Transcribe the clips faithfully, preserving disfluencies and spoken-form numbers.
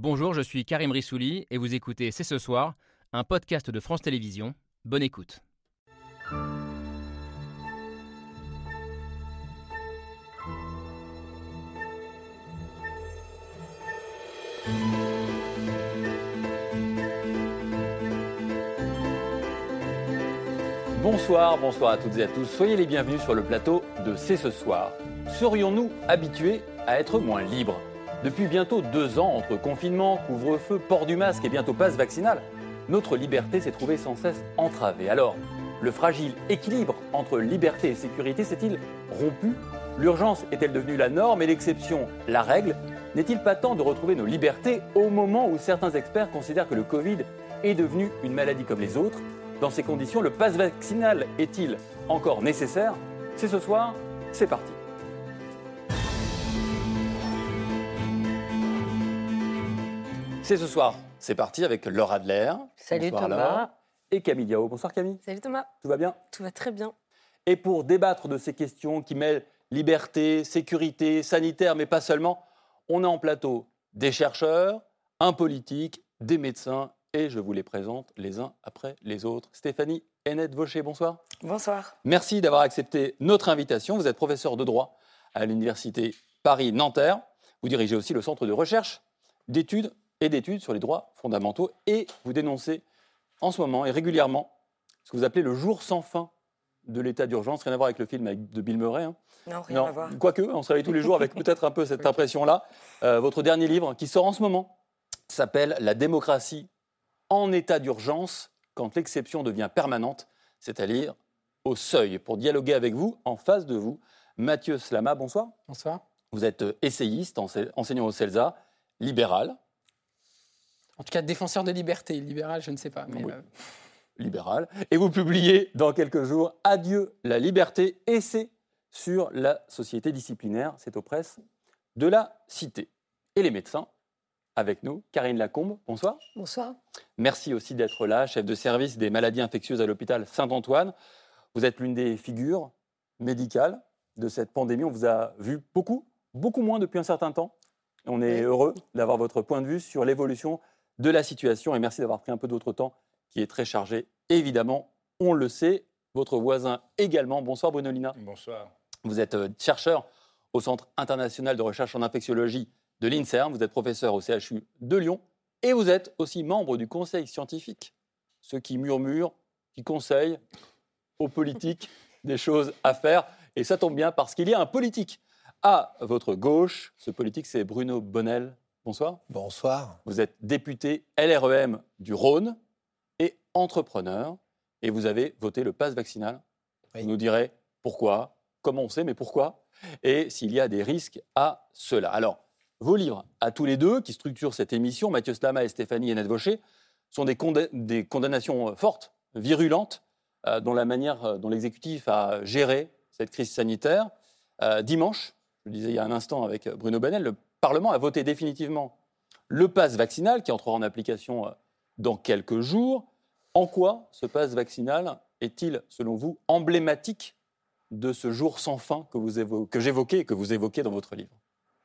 Bonjour, je suis Karim Rissouli et vous écoutez C'est ce soir, un podcast de France Télévisions. Bonne écoute. Bonsoir, bonsoir à toutes et à tous. Soyez les bienvenus sur le plateau de C'est ce soir. Serions-nous habitués à être moins libres ? Depuis bientôt deux ans, entre confinement, couvre-feu, port du masque et bientôt passe vaccinal, notre liberté s'est trouvée sans cesse entravée. Alors, le fragile équilibre entre liberté et sécurité s'est-il rompu ? L'urgence est-elle devenue la norme et l'exception la règle ? N'est-il pas temps de retrouver nos libertés au moment où certains experts considèrent que le Covid est devenu une maladie comme les autres ? Dans ces conditions, le pass vaccinal est-il encore nécessaire ? C'est ce soir, c'est parti. C'est ce soir, c'est parti avec Laura Adler. Salut Bonsoir, Thomas. Laura. Et Camille Yao. Bonsoir Camille. Salut Thomas. Tout va bien ? Tout va très bien. Et pour débattre de ces questions qui mêlent liberté, sécurité, sanitaire, mais pas seulement, on a en plateau des chercheurs, un politique, des médecins, et je vous les présente les uns après les autres. Stéphanie Hennette-Vaucher, bonsoir. Bonsoir. Merci d'avoir accepté notre invitation. Vous êtes professeur de droit à l'université Paris-Nanterre. Vous dirigez aussi le centre de recherche, d'études et d'études sur les droits fondamentaux. Et vous dénoncez en ce moment et régulièrement ce que vous appelez le jour sans fin de l'état d'urgence. Rien à voir avec le film avec, de Bill Murray. Hein. Non, rien non, à voir. Quoique, on se réveille tous les jours avec peut-être un peu cette impression-là. Euh, votre dernier livre, qui sort en ce moment, s'appelle « La démocratie en état d'urgence, quand l'exception devient permanente », c'est-à-dire au seuil. Pour dialoguer avec vous, en face de vous, Mathieu Slama, bonsoir. Bonsoir. Vous êtes essayiste, enseignant au CELSA, libéral. En tout cas, défenseur de liberté. Libéral, je ne sais pas. Mais oui. euh... Libéral. Et vous publiez dans quelques jours « Adieu la liberté », essai sur la société disciplinaire. C'est aux presses de la Cité. Et les médecins, avec nous, Karine Lacombe, bonsoir. Bonsoir. Merci aussi d'être là, chef de service des maladies infectieuses à l'hôpital Saint-Antoine. Vous êtes l'une des figures médicales de cette pandémie. On vous a vu beaucoup, beaucoup moins depuis un certain temps. On est oui. heureux d'avoir votre point de vue sur l'évolution de la situation et merci d'avoir pris un peu d'autre temps qui est très chargé. Évidemment, on le sait, votre voisin également. Bonsoir Bruno Lina. Bonsoir. Vous êtes chercheur au Centre international de recherche en infectiologie de l'INSERM, vous êtes professeur au C H U de Lyon et vous êtes aussi membre du conseil scientifique, ceux qui murmurent, qui conseillent aux politiques des choses à faire. Et ça tombe bien parce qu'il y a un politique à votre gauche. Ce politique, c'est Bruno Bonnell. Bonsoir. Bonsoir. Vous êtes député L R E M du Rhône et entrepreneur et vous avez voté le pass vaccinal. Oui. Vous nous direz pourquoi, comment on sait, mais pourquoi et s'il y a des risques à cela. Alors, vos livres, à tous les deux, qui structurent cette émission, Mathieu Slama et Stéphanie Hennette-Vaucher, sont des, condam- des condamnations fortes, virulentes, euh, dont la manière euh, dont l'exécutif a géré cette crise sanitaire. Euh, dimanche, je le disais il y a un instant avec Bruno Bonnell, le Parlement a voté définitivement le pass vaccinal, qui entrera en application euh, dans quelques jours. En quoi ce pass vaccinal est-il, selon vous, emblématique de ce jour sans fin que, vous évo- que j'évoquais et que vous évoquez dans votre livre ?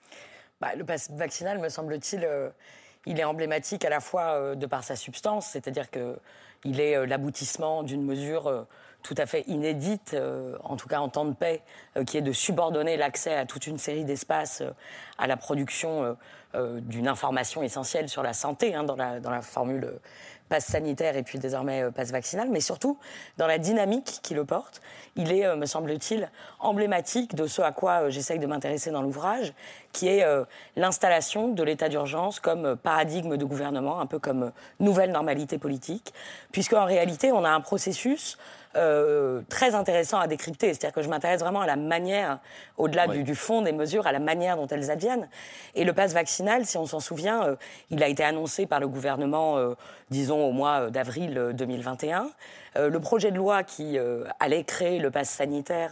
Bah, le pass vaccinal, me semble-t-il, euh, il est emblématique à la fois euh, de par sa substance, c'est-à-dire qu'il est euh, l'aboutissement d'une mesure euh, tout à fait inédite, euh, en tout cas en temps de paix, euh, qui est de subordonner l'accès à toute une série d'espaces euh, à la production euh, euh, d'une information essentielle sur la santé, hein, dans, la, dans la formule euh, passe sanitaire et puis désormais euh, passe vaccinal, mais surtout dans la dynamique qui le porte. Il est, euh, me semble-t-il, emblématique de ce à quoi euh, j'essaye de m'intéresser dans l'ouvrage, qui est euh, l'installation de l'état d'urgence comme euh, paradigme de gouvernement, un peu comme euh, nouvelle normalité politique, puisqu'en réalité, on a un processus euh, très intéressant à décrypter. C'est-à-dire que je m'intéresse vraiment à la manière, au-delà oui. du, du fond des mesures, à la manière dont elles adviennent. Et le pass vaccinal, si on s'en souvient, euh, il a été annoncé par le gouvernement, euh, disons, au mois d'avril deux mille vingt et un. Euh, le projet de loi qui euh, allait créer le pass sanitaire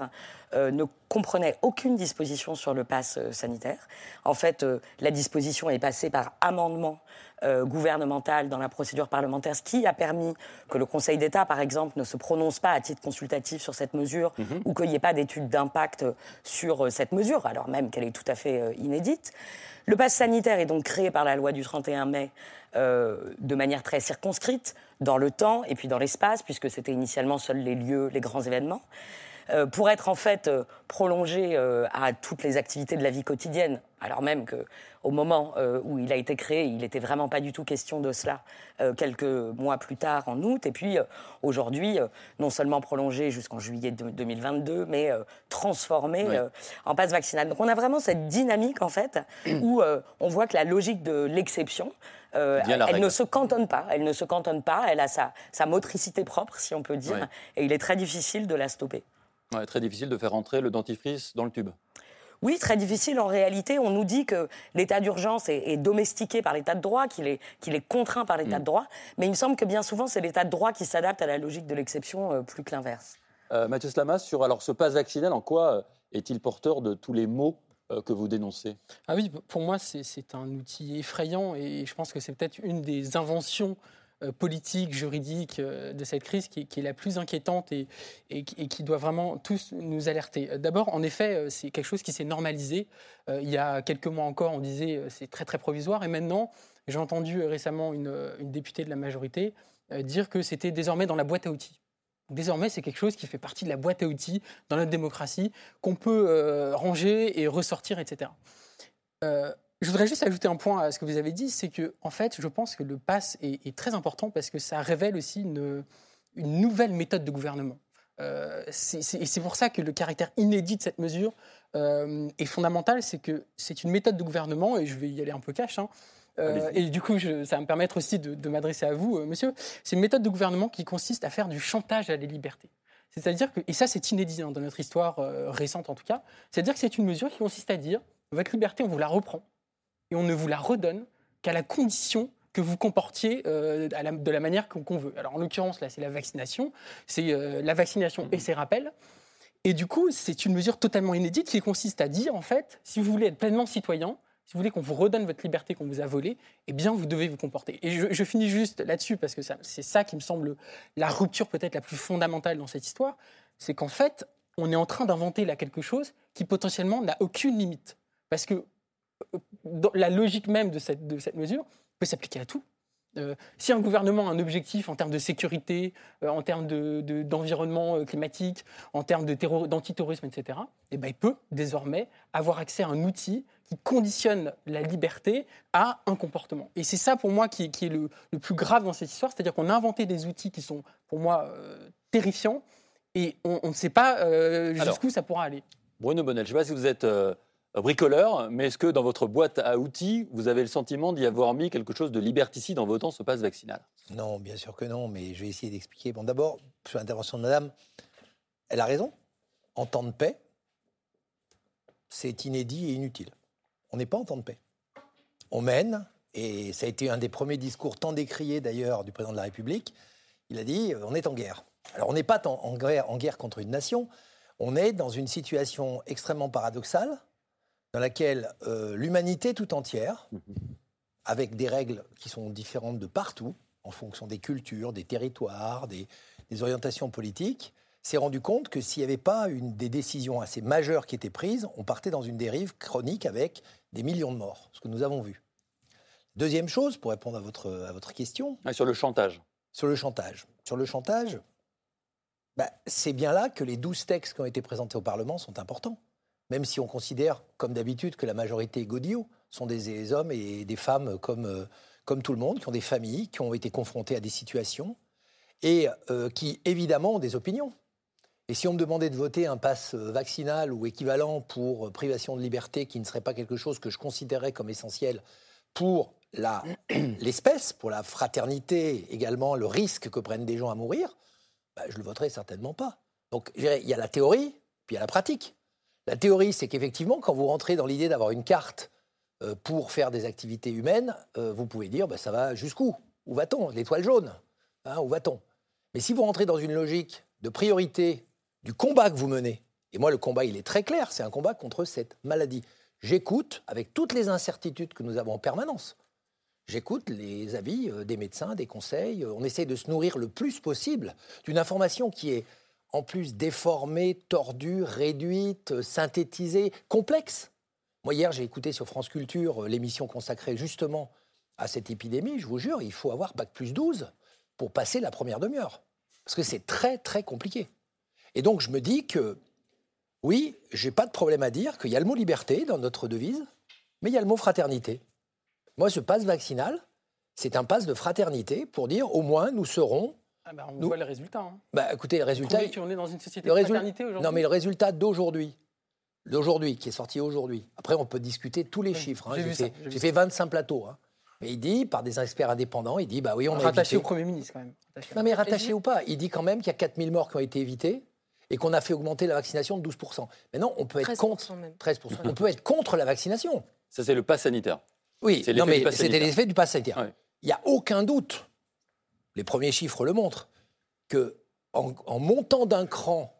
euh, ne comprenait aucune disposition sur le pass euh, sanitaire. En fait, euh, la disposition est passée par amendement euh, gouvernemental dans la procédure parlementaire, ce qui a permis que le Conseil d'État, par exemple, ne se prononce pas à titre consultatif sur cette mesure mmh. ou qu'il n'y ait pas d'étude d'impact sur euh, cette mesure, alors même qu'elle est tout à fait euh, inédite. Le pass sanitaire est donc créé par la loi du trente et un mai euh, de manière très circonscrite, dans le temps et puis dans l'espace, puisque c'était initialement seuls les lieux, les grands événements, euh, pour être en fait euh, prolongé euh, à toutes les activités de la vie quotidienne, alors même qu'au moment euh, où il a été créé, il n'était vraiment pas du tout question de cela euh, quelques mois plus tard, en août, et puis euh, aujourd'hui, euh, non seulement prolongé jusqu'en juillet de deux mille vingt-deux, mais euh, transformé oui. euh, en passe vaccinal. Donc on a vraiment cette dynamique, en fait, où euh, on voit que la logique de l'exception, Euh, elle règle. ne se cantonne pas, elle ne se cantonne pas, elle a sa, sa motricité propre, si on peut dire, ouais. et il est très difficile de la stopper. Ouais, très difficile de faire rentrer le dentifrice dans le tube. Oui, très difficile. En réalité, on nous dit que l'état d'urgence est, est domestiqué par l'état de droit, qu'il est, qu'il est contraint par l'état mmh. de droit, mais il me semble que bien souvent, c'est l'état de droit qui s'adapte à la logique de l'exception euh, plus que l'inverse. Euh, Mathieu Slamas, sur alors, ce pass vaccinal, en quoi est-il porteur de tous les maux que vous dénoncez? Ah oui, pour moi, c'est, c'est un outil effrayant et je pense que c'est peut-être une des inventions euh, politiques, juridiques euh, de cette crise qui, qui est la plus inquiétante et, et, et qui doit vraiment tous nous alerter. D'abord, en effet, c'est quelque chose qui s'est normalisé. Euh, il y a quelques mois encore, on disait euh, c'est très très provisoire et maintenant, j'ai entendu récemment une, une députée de la majorité euh, dire que c'était désormais dans la boîte à outils. Désormais, c'est quelque chose qui fait partie de la boîte à outils dans notre démocratie, qu'on peut euh, ranger et ressortir, et cetera. Euh, je voudrais juste ajouter un point à ce que vous avez dit, c'est que, en fait, je pense que le pass est, est très important parce que ça révèle aussi une, une nouvelle méthode de gouvernement. Euh, c'est, c'est, et c'est pour ça que le caractère inédit de cette mesure euh, est fondamental, c'est que c'est une méthode de gouvernement, et je vais y aller un peu cash, hein, Euh, et du coup, je, ça va me permettre aussi de, de m'adresser à vous, euh, monsieur. C'est une méthode de gouvernement qui consiste à faire du chantage à la liberté. C'est-à-dire que, et ça c'est inédit hein, dans notre histoire euh, récente en tout cas, c'est-à-dire que c'est une mesure qui consiste à dire votre liberté, on vous la reprend et on ne vous la redonne qu'à la condition que vous comportiez euh, à la, de la manière qu'on, qu'on veut. Alors en l'occurrence, là, c'est la vaccination, c'est euh, la vaccination mmh. et ses rappels. Et du coup, c'est une mesure totalement inédite qui consiste à dire, en fait, si vous voulez être pleinement citoyen, si vous voulez qu'on vous redonne votre liberté qu'on vous a volée, eh bien, vous devez vous comporter. Et je, je finis juste là-dessus, parce que ça, c'est ça qui me semble la rupture peut-être la plus fondamentale dans cette histoire, c'est qu'en fait, on est en train d'inventer là quelque chose qui potentiellement n'a aucune limite. Parce que dans la logique même de cette, de cette mesure peut s'appliquer à tout. Euh, si un gouvernement a un objectif en termes de sécurité, euh, en termes de, de, d'environnement euh, climatique, en termes de terror, d'antiterrorisme, et cetera, eh ben, il peut désormais avoir accès à un outil qui conditionne la liberté à un comportement. Et c'est ça, pour moi, qui, qui est le, le plus grave dans cette histoire, c'est-à-dire qu'on a inventé des outils qui sont, pour moi, euh, terrifiants, et on, on ne sait pas euh, jusqu'où Alors, ça pourra aller. Bruno Bonnell, je ne sais pas si vous êtes euh, bricoleur, mais est-ce que dans votre boîte à outils, vous avez le sentiment d'y avoir mis quelque chose de liberticide en votant ce pass vaccinal? Non, bien sûr que non, mais je vais essayer d'expliquer. Bon, d'abord, sur l'intervention de madame, elle a raison. En temps de paix, c'est inédit et inutile. On n'est pas en temps de paix. On mène, et ça a été un des premiers discours tant décriés d'ailleurs du président de la République, il a dit on est en guerre. Alors on n'est pas en, en, guerre, en guerre contre une nation, on est dans une situation extrêmement paradoxale dans laquelle euh, l'humanité tout entière, avec des règles qui sont différentes de partout, en fonction des cultures, des territoires, des, des orientations politiques, s'est rendu compte que s'il n'y avait pas une, des décisions assez majeures qui étaient prises, on partait dans une dérive chronique avec des millions de morts, ce que nous avons vu. Deuxième chose, pour répondre à votre, à votre question... Ah, sur le chantage. Sur le chantage. Sur le chantage, bah, c'est bien là que les douze textes qui ont été présentés au Parlement sont importants. Même si on considère, comme d'habitude, que la majorité godillots sont des, des hommes et des femmes comme, euh, comme tout le monde, qui ont des familles, qui ont été confrontés à des situations et euh, qui, évidemment, ont des opinions. Et si on me demandait de voter un pass vaccinal ou équivalent pour privation de liberté qui ne serait pas quelque chose que je considérais comme essentiel pour la, l'espèce, pour la fraternité, également le risque que prennent des gens à mourir, bah, je ne le voterais certainement pas. Donc il y a la théorie, puis il y a la pratique. La théorie, c'est qu'effectivement, quand vous rentrez dans l'idée d'avoir une carte euh, pour faire des activités humaines, euh, vous pouvez dire bah, ça va jusqu'où? Où va-t-on? L'étoile jaune, hein, où va-t-on? Mais si vous rentrez dans une logique de priorité du combat que vous menez Et moi, le combat, il est très clair. C'est un combat contre cette maladie. J'écoute, avec toutes les incertitudes que nous avons en permanence, j'écoute les avis des médecins, des conseils. On essaye de se nourrir le plus possible d'une information qui est en plus déformée, tordue, réduite, synthétisée, complexe. Moi, hier, j'ai écouté sur France Culture l'émission consacrée justement à cette épidémie. Je vous jure, il faut avoir bac plus douze pour passer la première demi-heure. Parce que c'est très, très compliqué. Et donc, je me dis que, oui, je n'ai pas de problème à dire qu'il y a le mot liberté dans notre devise, mais il y a le mot fraternité. Moi, ce passe vaccinal, c'est un passe de fraternité pour dire, au moins, nous serons... Ah bah, on nous... voit le résultat. Hein. Bah, écoutez, le résultat... Vous trouvez qu'on est dans une société de résul... fraternité aujourd'hui ? Non, mais le résultat d'aujourd'hui, d'aujourd'hui, qui est sorti aujourd'hui, après, on peut discuter tous les oui, chiffres. Hein. J'ai, j'ai, fait, ça, j'ai, j'ai fait vingt-cinq plateaux. Hein. Mais il dit, par des experts indépendants, il dit, bah oui, on a rattaché évité... au Premier ministre, quand même. Rattaché non, mais rattaché ou pas, il dit quand même qu'il y a quatre mille morts qui ont été évités et qu'on a fait augmenter la vaccination de douze pour cent. Mais non, on peut être contre... Même. treize pour cent. On peut être contre la vaccination. Ça, c'est le pass sanitaire. Oui, non, mais c'était l'effet du pass sanitaire. Ouais. Il n'y a aucun doute, les premiers chiffres le montrent, qu'en en montant d'un cran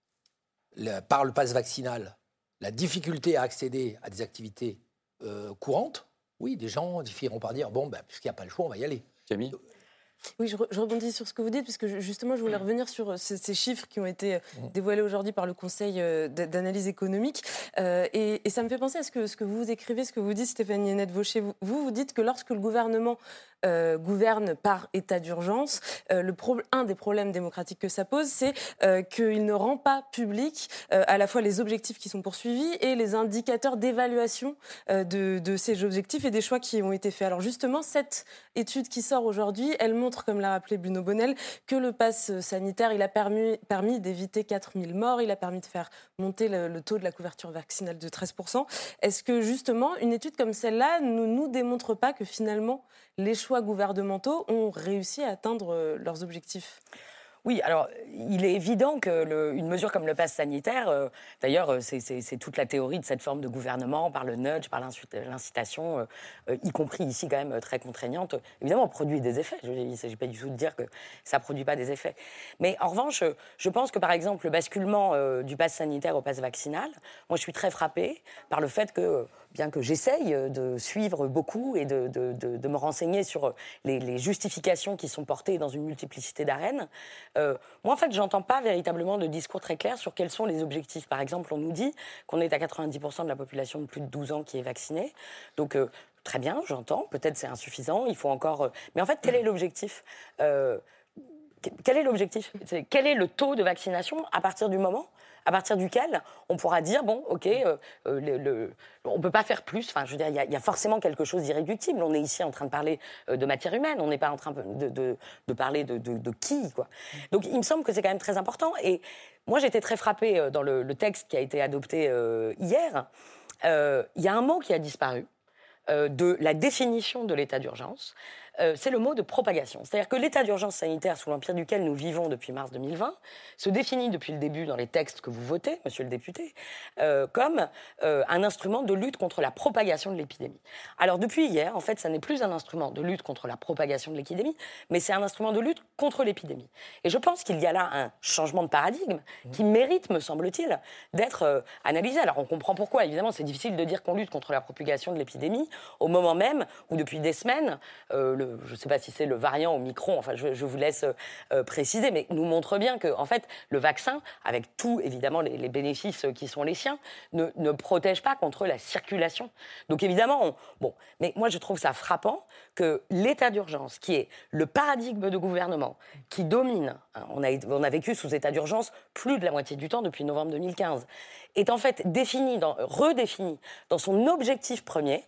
le, par le pass vaccinal, la difficulté à accéder à des activités euh, courantes, oui, des gens finiront par dire, bon, ben, puisqu'il n'y a pas le choix, on va y aller. Camille ? Oui, je, re- je rebondis sur ce que vous dites, parce que justement, je voulais revenir sur ces, ces chiffres qui ont été dévoilés aujourd'hui par le Conseil d'analyse économique. Euh, et, et ça me fait penser à ce que, ce que vous écrivez, ce que vous dites, Stéphanie Hennette-Vaucher. Vous, vous, vous dites que lorsque le gouvernement euh, gouverne par état d'urgence, euh, le pro- un des problèmes démocratiques que ça pose, c'est euh, qu'il ne rend pas public euh, à la fois les objectifs qui sont poursuivis et les indicateurs d'évaluation euh, de, de ces objectifs et des choix qui ont été faits. Alors justement, cette étude qui sort aujourd'hui, elle montre, comme l'a rappelé Bruno Bonnell, que le pass sanitaire, il a permis, permis d'éviter quatre mille morts, il a permis de faire monter le, le taux de la couverture vaccinale de treize pour cent. Est-ce que justement, une étude comme celle-là ne nous démontre pas que finalement, les choix gouvernementaux ont réussi à atteindre leurs objectifs ? Oui, alors il est évident que le, une mesure comme le pass sanitaire, euh, d'ailleurs c'est, c'est, c'est toute la théorie de cette forme de gouvernement par le nudge, par l'incitation, euh, euh, y compris ici quand même très contraignante, évidemment produit des effets. Je, il ne s'agit pas du tout de dire que ça ne produit pas des effets. Mais en revanche, je pense que par exemple le basculement euh, du pass sanitaire au pass vaccinal, moi je suis très frappée par le fait que, bien que j'essaye de suivre beaucoup et de, de, de, de me renseigner sur les, les justifications qui sont portées dans une multiplicité d'arènes, Euh, moi, en fait, je n'entends pas véritablement de discours très clair sur quels sont les objectifs. Par exemple, on nous dit qu'on est à quatre-vingt-dix pour cent de la population de plus de douze ans qui est vaccinée. Donc, euh, très bien, j'entends. Peut-être c'est insuffisant. Il faut encore... Euh... Mais en fait, quel est l'objectif euh, Quel est l'objectif c'est, Quel est le taux de vaccination à partir du moment à partir duquel on pourra dire, bon, OK, euh, le, le, on ne peut pas faire plus. Enfin, je veux dire, il y, y a forcément quelque chose d'irréductible. On est ici en train de parler euh, de matière humaine, on n'est pas en train de, de, de parler de, de, de qui, quoi. Donc, il me semble que c'est quand même très important. Et moi, j'étais très frappée euh, dans le, le texte qui a été adopté euh, hier. Euh, il y a un mot qui a disparu euh, de la définition de l'état d'urgence. Euh, c'est le mot de propagation. C'est-à-dire que l'état d'urgence sanitaire sous l'empire duquel nous vivons depuis mars deux mille vingt se définit depuis le début dans les textes que vous votez, monsieur le député, euh, comme euh, un instrument de lutte contre la propagation de l'épidémie. Alors depuis hier, en fait, ça n'est plus un instrument de lutte contre la propagation de l'épidémie, mais c'est un instrument de lutte contre l'épidémie. Et je pense qu'il y a là un changement de paradigme qui mérite, me semble-t-il, d'être euh, analysé. Alors on comprend pourquoi. Évidemment, c'est difficile de dire qu'on lutte contre la propagation de l'épidémie au moment même où depuis des semaines, euh, le je ne sais pas si c'est le variant Omicron, enfin je, je vous laisse euh, préciser, mais nous montre bien que en fait, le vaccin, avec tout évidemment les, les bénéfices qui sont les siens, ne, ne protège pas contre la circulation. Donc évidemment, on, bon, mais moi je trouve ça frappant que l'état d'urgence, qui est le paradigme de gouvernement, qui domine, hein, on, a, on a vécu sous état d'urgence plus de la moitié du temps depuis novembre deux mille quinze, est en fait défini, dans, redéfini dans son objectif premier.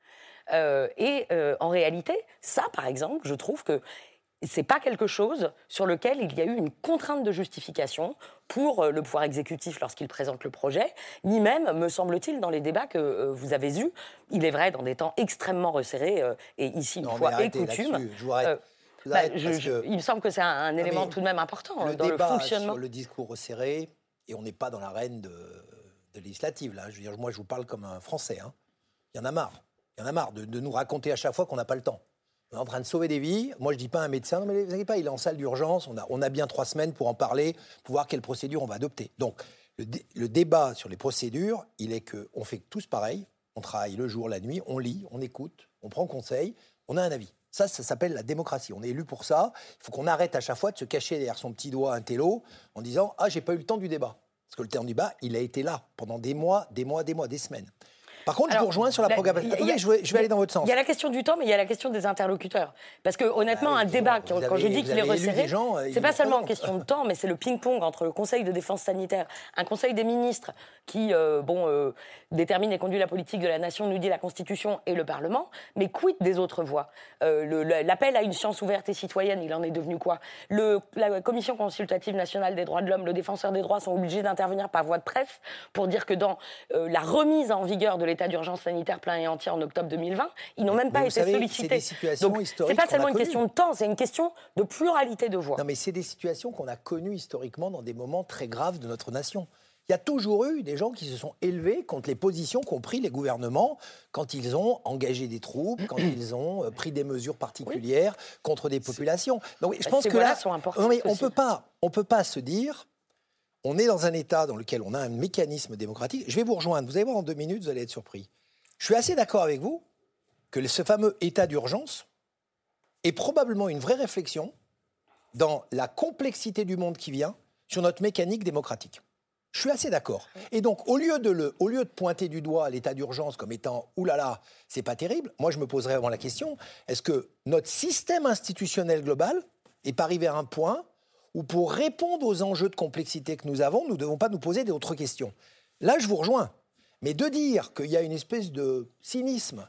Euh, et euh, en réalité, ça, par exemple, je trouve que c'est pas quelque chose sur lequel il y a eu une contrainte de justification pour euh, le pouvoir exécutif lorsqu'il présente le projet, ni même, me semble-t-il, dans les débats que euh, vous avez eus. Il est vrai, dans des temps extrêmement resserrés, euh, et ici, une non, fois et coutume. Je vous arrête. Euh, je vous arrête bah, je, que... Il me semble que c'est un, un élément tout de même important le dans le fonctionnement. Sur le discours resserré, et on n'est pas dans l'arène de, de législative, là. Je veux dire, moi, je vous parle comme un Français. Hein. Il y en a marre. Il y en a marre de, de nous raconter à chaque fois qu'on n'a pas le temps. On est en train de sauver des vies. Moi, je ne dis pas à un médecin, non, mais ne vous inquiétez pas, il est en salle d'urgence. On a, on a bien trois semaines pour en parler, pour voir quelle procédure on va adopter. Donc, Le, dé, le débat sur les procédures, il est qu'on fait tous pareil. On travaille le jour, la nuit, on lit, on écoute, on prend conseil, on a un avis. Ça, ça s'appelle la démocratie. On est élu pour ça. Il faut qu'on arrête à chaque fois de se cacher derrière son petit doigt un télo en disant « Ah, j'ai pas eu le temps du débat ». Parce que le temps du débat, il a été là pendant des mois, des mois, des mois, des semaines. Par contre, Alors, je vous rejoins sur la, la programmation. Attendez, a, je, vais, je vais aller dans votre sens. Il y a la question du temps, mais il y a la question des interlocuteurs. Parce que honnêtement, ah oui, un débat, quand, avez, quand je dis qu'il est resserré, gens, c'est pas seulement une question de temps, mais c'est le ping-pong entre le Conseil de défense sanitaire, un Conseil des ministres qui euh, bon, euh, détermine et conduit la politique de la nation, nous dit la Constitution, et le Parlement, mais quid des autres voix euh, le, L'appel à une science ouverte et citoyenne, il en est devenu quoi le, La Commission consultative nationale des droits de l'homme, le défenseur des droits sont obligés d'intervenir par voie de presse pour dire que dans euh, la remise en vigueur de l'état d'urgence sanitaire plein et entier en octobre deux mille vingt, ils n'ont même mais pas été savez, sollicités. C'est Donc, c'est pas seulement une question de temps, c'est une question de pluralité de voix. Non, mais c'est des situations qu'on a connues historiquement dans des moments très graves de notre nation. Il y a toujours eu des gens qui se sont élevés contre les positions qu'ont pris les gouvernements quand ils ont engagé des troupes, quand ils ont pris des mesures particulières oui. contre des populations. Donc, je pense Ces que là, sont non, mais on aussi. peut pas, on peut pas se dire, on est dans un État dans lequel on a un mécanisme démocratique. Je vais vous rejoindre. Vous allez voir en deux minutes, vous allez être surpris. Je suis assez d'accord avec vous que ce fameux état d'urgence est probablement une vraie réflexion dans la complexité du monde qui vient sur notre mécanique démocratique. Je suis assez d'accord. Et donc, au lieu de, le, au lieu de pointer du doigt l'état d'urgence comme étant « oulala, c'est pas terrible », moi je me poserais vraiment la question, est-ce que notre système institutionnel global est pas arrivé à un point où pour répondre aux enjeux de complexité que nous avons, nous ne devons pas nous poser d'autres questions. Là, je vous rejoins. Mais de dire qu'il y a une espèce de cynisme,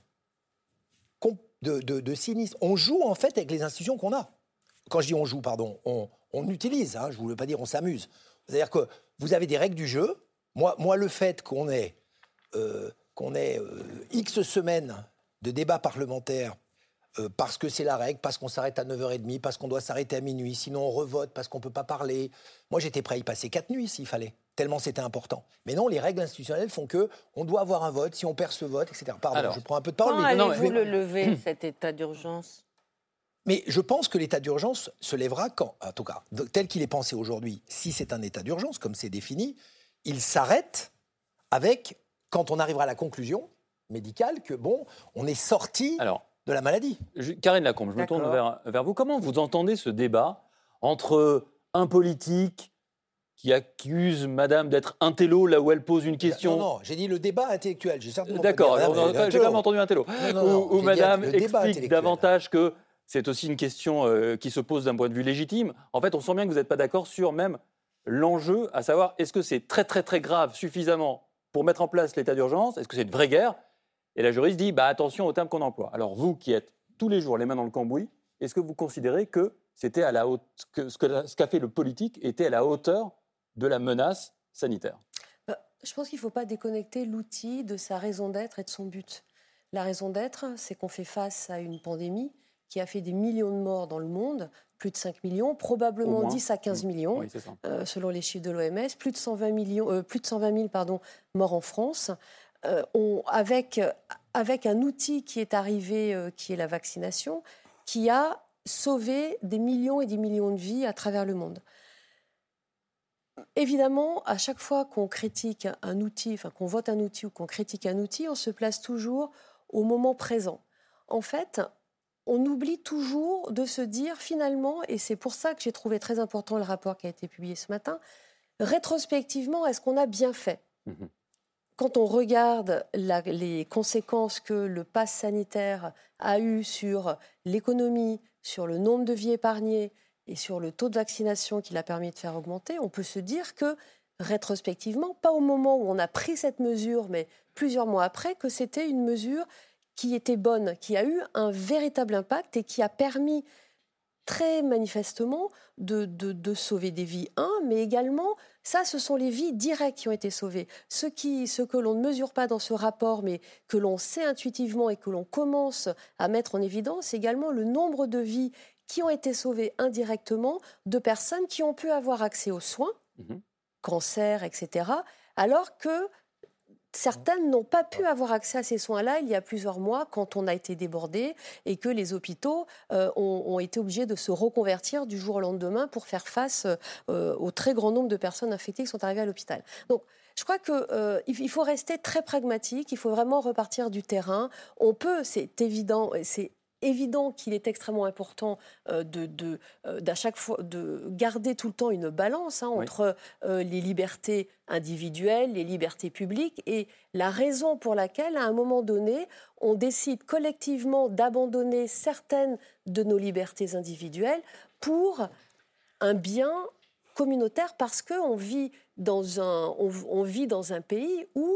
de, de, de cynisme, on joue en fait avec les institutions qu'on a. Quand je dis on joue, pardon, on, on utilise, hein, je ne voulais pas dire on s'amuse. C'est-à-dire que vous avez des règles du jeu. Moi, moi le fait qu'on ait, euh, qu'on ait euh, X semaines de débats parlementaires, euh, parce que c'est la règle, parce qu'on s'arrête à neuf heures trente, parce qu'on doit s'arrêter à minuit, sinon on revote, parce qu'on ne peut pas parler. Moi, j'étais prêt à y passer quatre nuits s'il fallait, tellement c'était important. Mais non, les règles institutionnelles font qu'on doit avoir un vote, si on perd ce vote, et cetera. Pardon, Alors, je prends un peu de parole. Quand mais allez-vous non, mais... le lever, cet état d'urgence ? Mais je pense que l'état d'urgence se lèvera quand, en tout cas, tel qu'il est pensé aujourd'hui, si c'est un état d'urgence, comme c'est défini, il s'arrête avec, quand on arrivera à la conclusion médicale, que bon, on est sorti Alors, de la maladie. Je, Karine Lacombe, je D'accord. me tourne vers, vers vous. Comment vous entendez ce débat entre un politique qui accuse madame d'être intello là où elle pose une question. Non, non, j'ai dit le débat intellectuel. J'ai certainement D'accord, pas dit madame, j'ai quand même entendu intello. Non, non, non, où où madame explique davantage que c'est aussi une question euh, qui se pose d'un point de vue légitime. En fait, on sent bien que vous n'êtes pas d'accord sur même l'enjeu, à savoir est-ce que c'est très très très grave suffisamment pour mettre en place l'état d'urgence ? Est-ce que c'est une vraie guerre ? Et la juriste dit bah, attention aux termes qu'on emploie. Alors vous qui êtes tous les jours les mains dans le cambouis, est-ce que vous considérez que, c'était à la haute, que ce, que ce qu'a fait le politique était à la hauteur de la menace sanitaire ? Je pense qu'il ne faut pas déconnecter l'outil de sa raison d'être et de son but. La raison d'être, c'est qu'on fait face à une pandémie qui a fait des millions de morts dans le monde, plus de cinq millions, probablement dix à quinze millions, oui, euh, selon les chiffres de l'O M S, plus de cent vingt millions, euh, plus de cent vingt mille pardon, morts en France, euh, on, avec, avec un outil qui est arrivé, euh, qui est la vaccination, qui a sauvé des millions et des millions de vies à travers le monde. Évidemment, à chaque fois qu'on critique un outil, enfin qu'on vote un outil ou qu'on critique un outil, on se place toujours au moment présent. En fait, on oublie toujours de se dire finalement, et c'est pour ça que j'ai trouvé très important le rapport qui a été publié ce matin, rétrospectivement, est-ce qu'on a bien fait ? mmh. Quand on regarde la, les conséquences que le pass sanitaire a eues sur l'économie, sur le nombre de vies épargnées et sur le taux de vaccination qu'il a permis de faire augmenter, on peut se dire que, rétrospectivement, pas au moment où on a pris cette mesure, mais plusieurs mois après, que c'était une mesure qui était bonne, qui a eu un véritable impact et qui a permis très manifestement de, de, de sauver des vies, un, mais également, ça, ce sont les vies directes qui ont été sauvées. Ce, qui, ce que l'on ne mesure pas dans ce rapport, mais que l'on sait intuitivement et que l'on commence à mettre en évidence, c'est également le nombre de vies qui ont été sauvées indirectement de personnes qui ont pu avoir accès aux soins, mmh. cancer, et cetera, alors que certaines n'ont pas pu avoir accès à ces soins-là il y a plusieurs mois quand on a été débordé et que les hôpitaux euh, ont, ont été obligés de se reconvertir du jour au lendemain pour faire face euh, au très grand nombre de personnes infectées qui sont arrivées à l'hôpital. Donc, je crois qu'il euh, faut rester très pragmatique, il faut vraiment repartir du terrain. On peut, c'est évident, c'est évident qu'il est extrêmement important euh, de, de, euh, d'à chaque fois, de garder tout le temps une balance hein, entre oui. euh, les libertés individuelles, les libertés publiques et la raison pour laquelle, à un moment donné, on décide collectivement d'abandonner certaines de nos libertés individuelles pour un bien communautaire parce qu'on vit dans un, on, on vit dans un pays où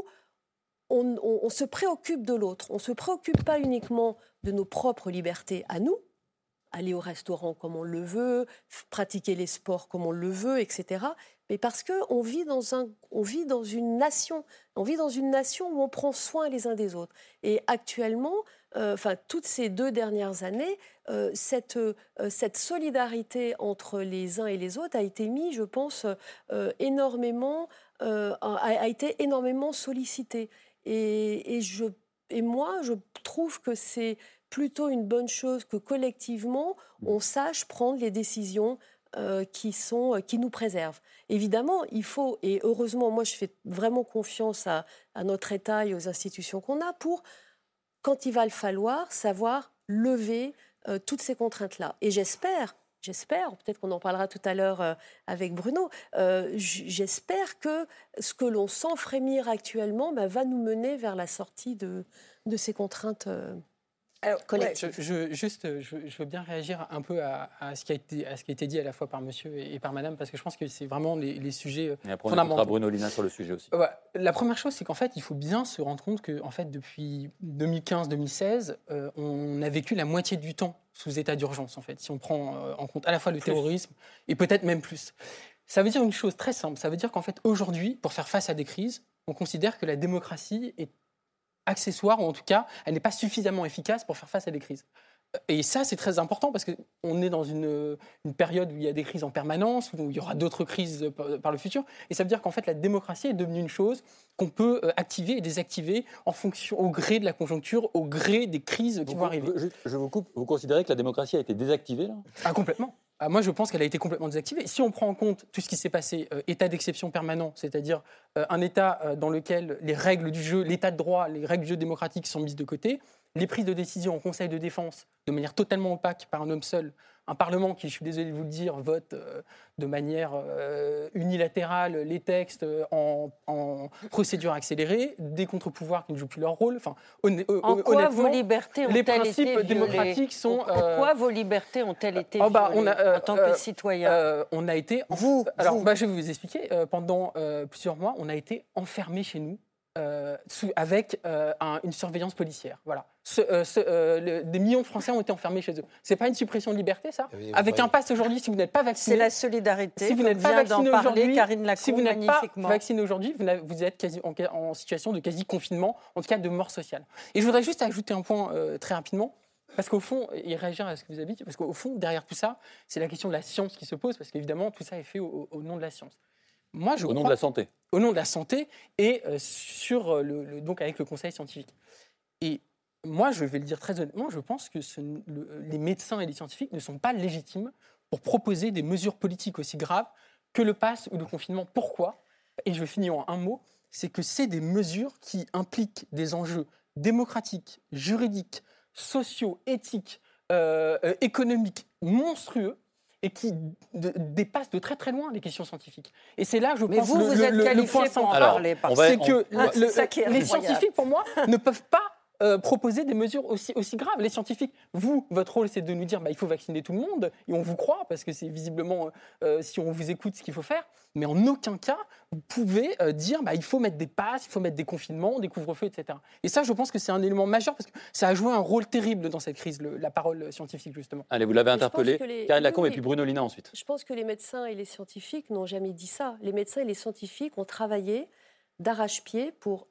on, on, on se préoccupe de l'autre. On ne se préoccupe pas uniquement de nos propres libertés à nous, aller au restaurant comme on le veut, pratiquer les sports comme on le veut, et cetera. Mais parce qu'on vit dans un, on vit dans une nation, on vit dans une nation où on prend soin les uns des autres. Et actuellement, euh, enfin toutes ces deux dernières années, euh, cette, euh, cette solidarité entre les uns et les autres a été mise, je pense, euh, énormément, euh, a, a été énormément sollicitée. Et, et, je, et moi, je trouve que c'est plutôt une bonne chose que collectivement, on sache prendre les décisions euh, qui, sont, qui nous préservent. Évidemment, il faut, et heureusement, moi je fais vraiment confiance à, à notre État et aux institutions qu'on a pour, quand il va le falloir, savoir lever euh, toutes ces contraintes-là. Et j'espère, j'espère, peut-être qu'on en parlera tout à l'heure euh, avec Bruno, euh, j'espère que ce que l'on sent frémir actuellement bah, va nous mener vers la sortie de, de ces contraintes euh, Alors, ouais, je, je, juste, je, je veux bien réagir un peu à, à, ce qui a été, à ce qui a été dit à la fois par monsieur et, et par madame, parce que je pense que c'est vraiment les, les sujets et après, fondamentaux. On Bruno Lina sur le sujet aussi. Ouais, la première chose, c'est qu'en fait, il faut bien se rendre compte que en fait, depuis deux mille quinze deux mille seize, euh, on a vécu la moitié du temps sous état d'urgence, en fait, si on prend euh, en compte à la fois le plus. terrorisme et peut-être même plus. Ça veut dire une chose très simple, ça veut dire qu'en fait, aujourd'hui, pour faire face à des crises, on considère que la démocratie est accessoire, ou en tout cas, elle n'est pas suffisamment efficace pour faire face à des crises. Et ça, c'est très important parce qu'on est dans une, une période où il y a des crises en permanence, où il y aura d'autres crises par, par le futur. Et ça veut dire qu'en fait, la démocratie est devenue une chose qu'on peut activer et désactiver en fonction, au gré de la conjoncture, au gré des crises qui vous, vont arriver. Je, je vous coupe. Vous considérez que la démocratie a été désactivée, là ? Ah, complètement. Ah, moi, je pense qu'elle a été complètement désactivée. Si on prend en compte tout ce qui s'est passé, euh, état d'exception permanent, c'est-à-dire euh, un état euh, dans lequel les règles du jeu, l'état de droit, les règles du jeu démocratique sont mises de côté, les prises de décision au Conseil de défense de manière totalement opaque par un homme seul, un Parlement qui, je suis désolé de vous le dire, vote euh, de manière euh, unilatérale les textes euh, en, en procédure accélérée, des contre-pouvoirs qui ne jouent plus leur rôle. Enfin, hon- en quoi vos libertés ont-elles été les principes démocratiques sont... Euh, Pourquoi vos libertés ont-elles été oh bah, violées on a, euh, en tant euh, que citoyen euh, On a été... Vous, Alors, vous. Bah, je vais vous expliquer. Euh, pendant euh, plusieurs mois, on a été enfermés chez nous euh, sous, avec euh, un, une surveillance policière. Voilà. Ce, euh, ce, euh, le, des millions de Français ont été enfermés chez eux. C'est pas une suppression de liberté, ça ? Oui, Avec oui. un pass aujourd'hui, si vous n'êtes pas vacciné... C'est la solidarité, si vous comme n'êtes pas vient d'en vacciné parler aujourd'hui, Karine Lacombe si vous n'êtes pas magnifiquement. vacciné aujourd'hui, vous, vous êtes quasi, en, en situation de quasi-confinement, en tout cas de mort sociale. Et je voudrais juste ajouter un point euh, très rapidement, parce qu'au fond, et réagir à ce que vous avez dit, parce qu'au fond, derrière tout ça, c'est la question de la science qui se pose, parce qu'évidemment, tout ça est fait au, au nom de la science. Moi, je au nom crois, de la santé. Au nom de la santé et euh, sur le, le, donc avec le conseil scientifique. Et moi, je vais le dire très honnêtement, je pense que ce, le, les médecins et les scientifiques ne sont pas légitimes pour proposer des mesures politiques aussi graves que le pass ou le confinement. Pourquoi ? Et je vais finir en un mot, c'est que c'est des mesures qui impliquent des enjeux démocratiques, juridiques, sociaux, éthiques, euh, euh, économiques monstrueux, et qui de, dépasse de très très loin les questions scientifiques. Et c'est là, je Mais pense, vous, le, vous le, êtes le, le point qualifié pour en central. parler, on va- C'est on- que Ah, le- c'est le- ça qui est les incroyable. scientifiques, pour moi, ne peuvent pas euh, proposer des mesures aussi, aussi graves. Les scientifiques, vous, votre rôle, c'est de nous dire bah, il faut vacciner tout le monde, et on vous croit, parce que c'est visiblement, euh, si on vous écoute, ce qu'il faut faire. Mais en aucun cas, vous pouvez euh, dire bah, il faut mettre des passes, il faut mettre des confinements, des couvre-feux, et cetera. Et ça, je pense que c'est un élément majeur, parce que ça a joué un rôle terrible dans cette crise, le- la parole scientifique, justement. Allez, vous l'avez Mais je interpellé. pense que les- Karine Lacombe oui, et puis Bruno Lina ensuite. Je pense que les médecins et les scientifiques n'ont jamais dit ça. Les médecins et les scientifiques ont travaillé d'arrache-pied pour,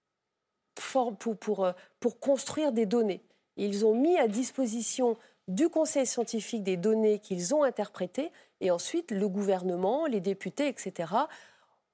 for- pour, pour, euh, pour construire des données. Ils ont mis à disposition du conseil scientifique des données qu'ils ont interprétées et ensuite le gouvernement, les députés, et cetera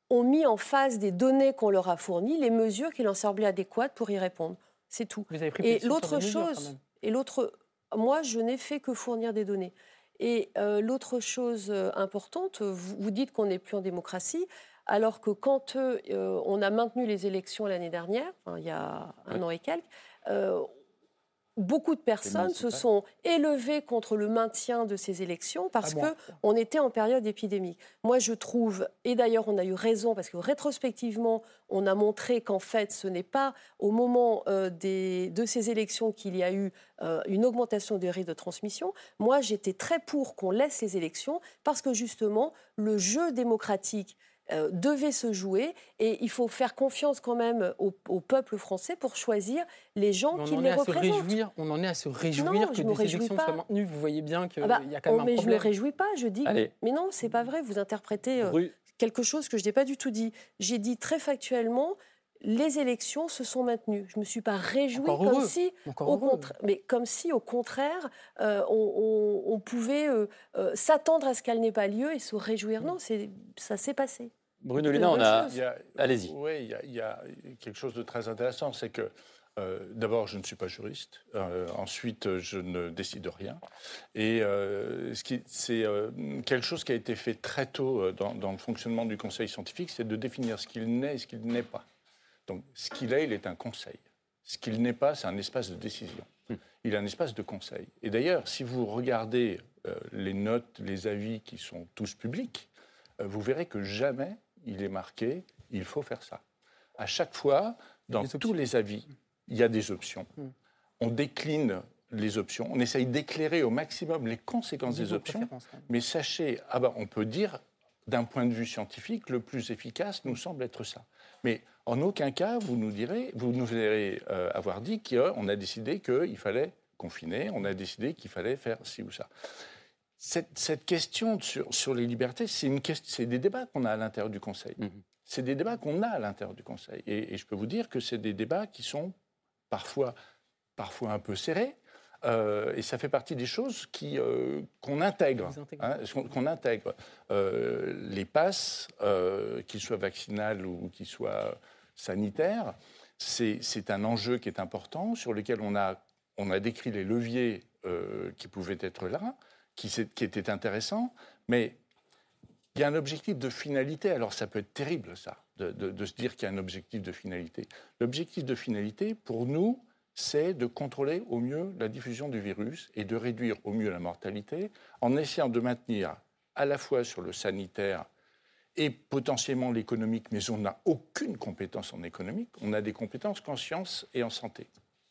ont mis en face des données qu'on leur a fournies les mesures qui leur semblaient adéquates pour y répondre. C'est tout. Vous avez pris Et position sur l'autre des mesures, chose, quand même. et l'autre, moi, je n'ai fait que fournir des données. Et euh, l'autre chose euh, importante, vous, vous dites qu'on n'est plus en démocratie, alors que quand euh, on a maintenu les élections l'année dernière, enfin, il y a un ouais. an et quelques, euh, beaucoup de personnes se sont élevées contre le maintien de ces élections parce ah bon. qu'on était en période épidémique. Moi, je trouve, et d'ailleurs on a eu raison, parce que rétrospectivement, on a montré qu'en fait, ce n'est pas au moment euh, des, de ces élections qu'il y a eu euh, une augmentation des risques de transmission. Moi, j'étais très pour qu'on laisse les élections parce que justement, le jeu démocratique Euh, devait se jouer et il faut faire confiance quand même au, au peuple français pour choisir les gens qui les représentent. Réjouir, on en est à se réjouir non, que des élections soient maintenues. Vous voyez bien qu'il ah bah, y a quand même oh, un mais problème. Je ne me réjouis pas, je dis... Allez. Mais non, c'est pas vrai, vous interprétez euh, quelque chose que je n'ai pas du tout dit. J'ai dit très factuellement... Les élections se sont maintenues. Je ne me suis pas réjouie comme si, au contra... mais comme si, au contraire, euh, on, on, on pouvait euh, euh, s'attendre à ce qu'elle n'ait pas lieu et se réjouir. Non, c'est, ça s'est passé. Bruno Lina, on a... Il y a... Allez-y. Oui, il y, a, il y a quelque chose de très intéressant, c'est que euh, d'abord, je ne suis pas juriste. Euh, ensuite, je ne décide de rien. Et euh, ce qui, c'est euh, quelque chose qui a été fait très tôt dans, dans le fonctionnement du Conseil scientifique, c'est de définir ce qu'il n'est et ce qu'il n'est pas. Donc, ce qu'il est, il est un conseil. Ce qu'il n'est pas, c'est un espace de décision. Il est un espace de conseil. Et d'ailleurs, si vous regardez euh, les notes, les avis qui sont tous publics, euh, vous verrez que jamais il est marqué « il faut faire ça ». À chaque fois, dans tous les avis, il y a des options. Mm. On décline les options, on essaye d'éclairer au maximum les conséquences des options, mais sachez, ah ben, on peut dire, d'un point de vue scientifique, le plus efficace nous semble être ça. Mais en aucun cas, vous nous direz, vous nous verrez euh, avoir dit qu'on a décidé qu'il fallait confiner, on a décidé qu'il fallait faire ci ou ça. Cette, cette question sur, sur les libertés, c'est, une question, c'est des débats qu'on a à l'intérieur du Conseil. Mmh. C'est des débats qu'on a à l'intérieur du Conseil. Et, et je peux vous dire que c'est des débats qui sont parfois, parfois un peu serrés. Euh, et ça fait partie des choses qui, euh, qu'on intègre. Hein, qu'on intègre. Euh, les passes, euh, qu'ils soient vaccinales ou qu'ils soient sanitaires, c'est, c'est un enjeu qui est important, sur lequel on a, on a décrit les leviers euh, qui pouvaient être là, qui, qui étaient intéressants, mais il y a un objectif de finalité. Alors ça peut être terrible, ça, de, de, de se dire qu'il y a un objectif de finalité. L'objectif de finalité, pour nous, c'est de contrôler au mieux la diffusion du virus et de réduire au mieux la mortalité en essayant de maintenir à la fois sur le sanitaire et potentiellement l'économique, mais on n'a aucune compétence en économique, on a des compétences qu'en sciences et en santé.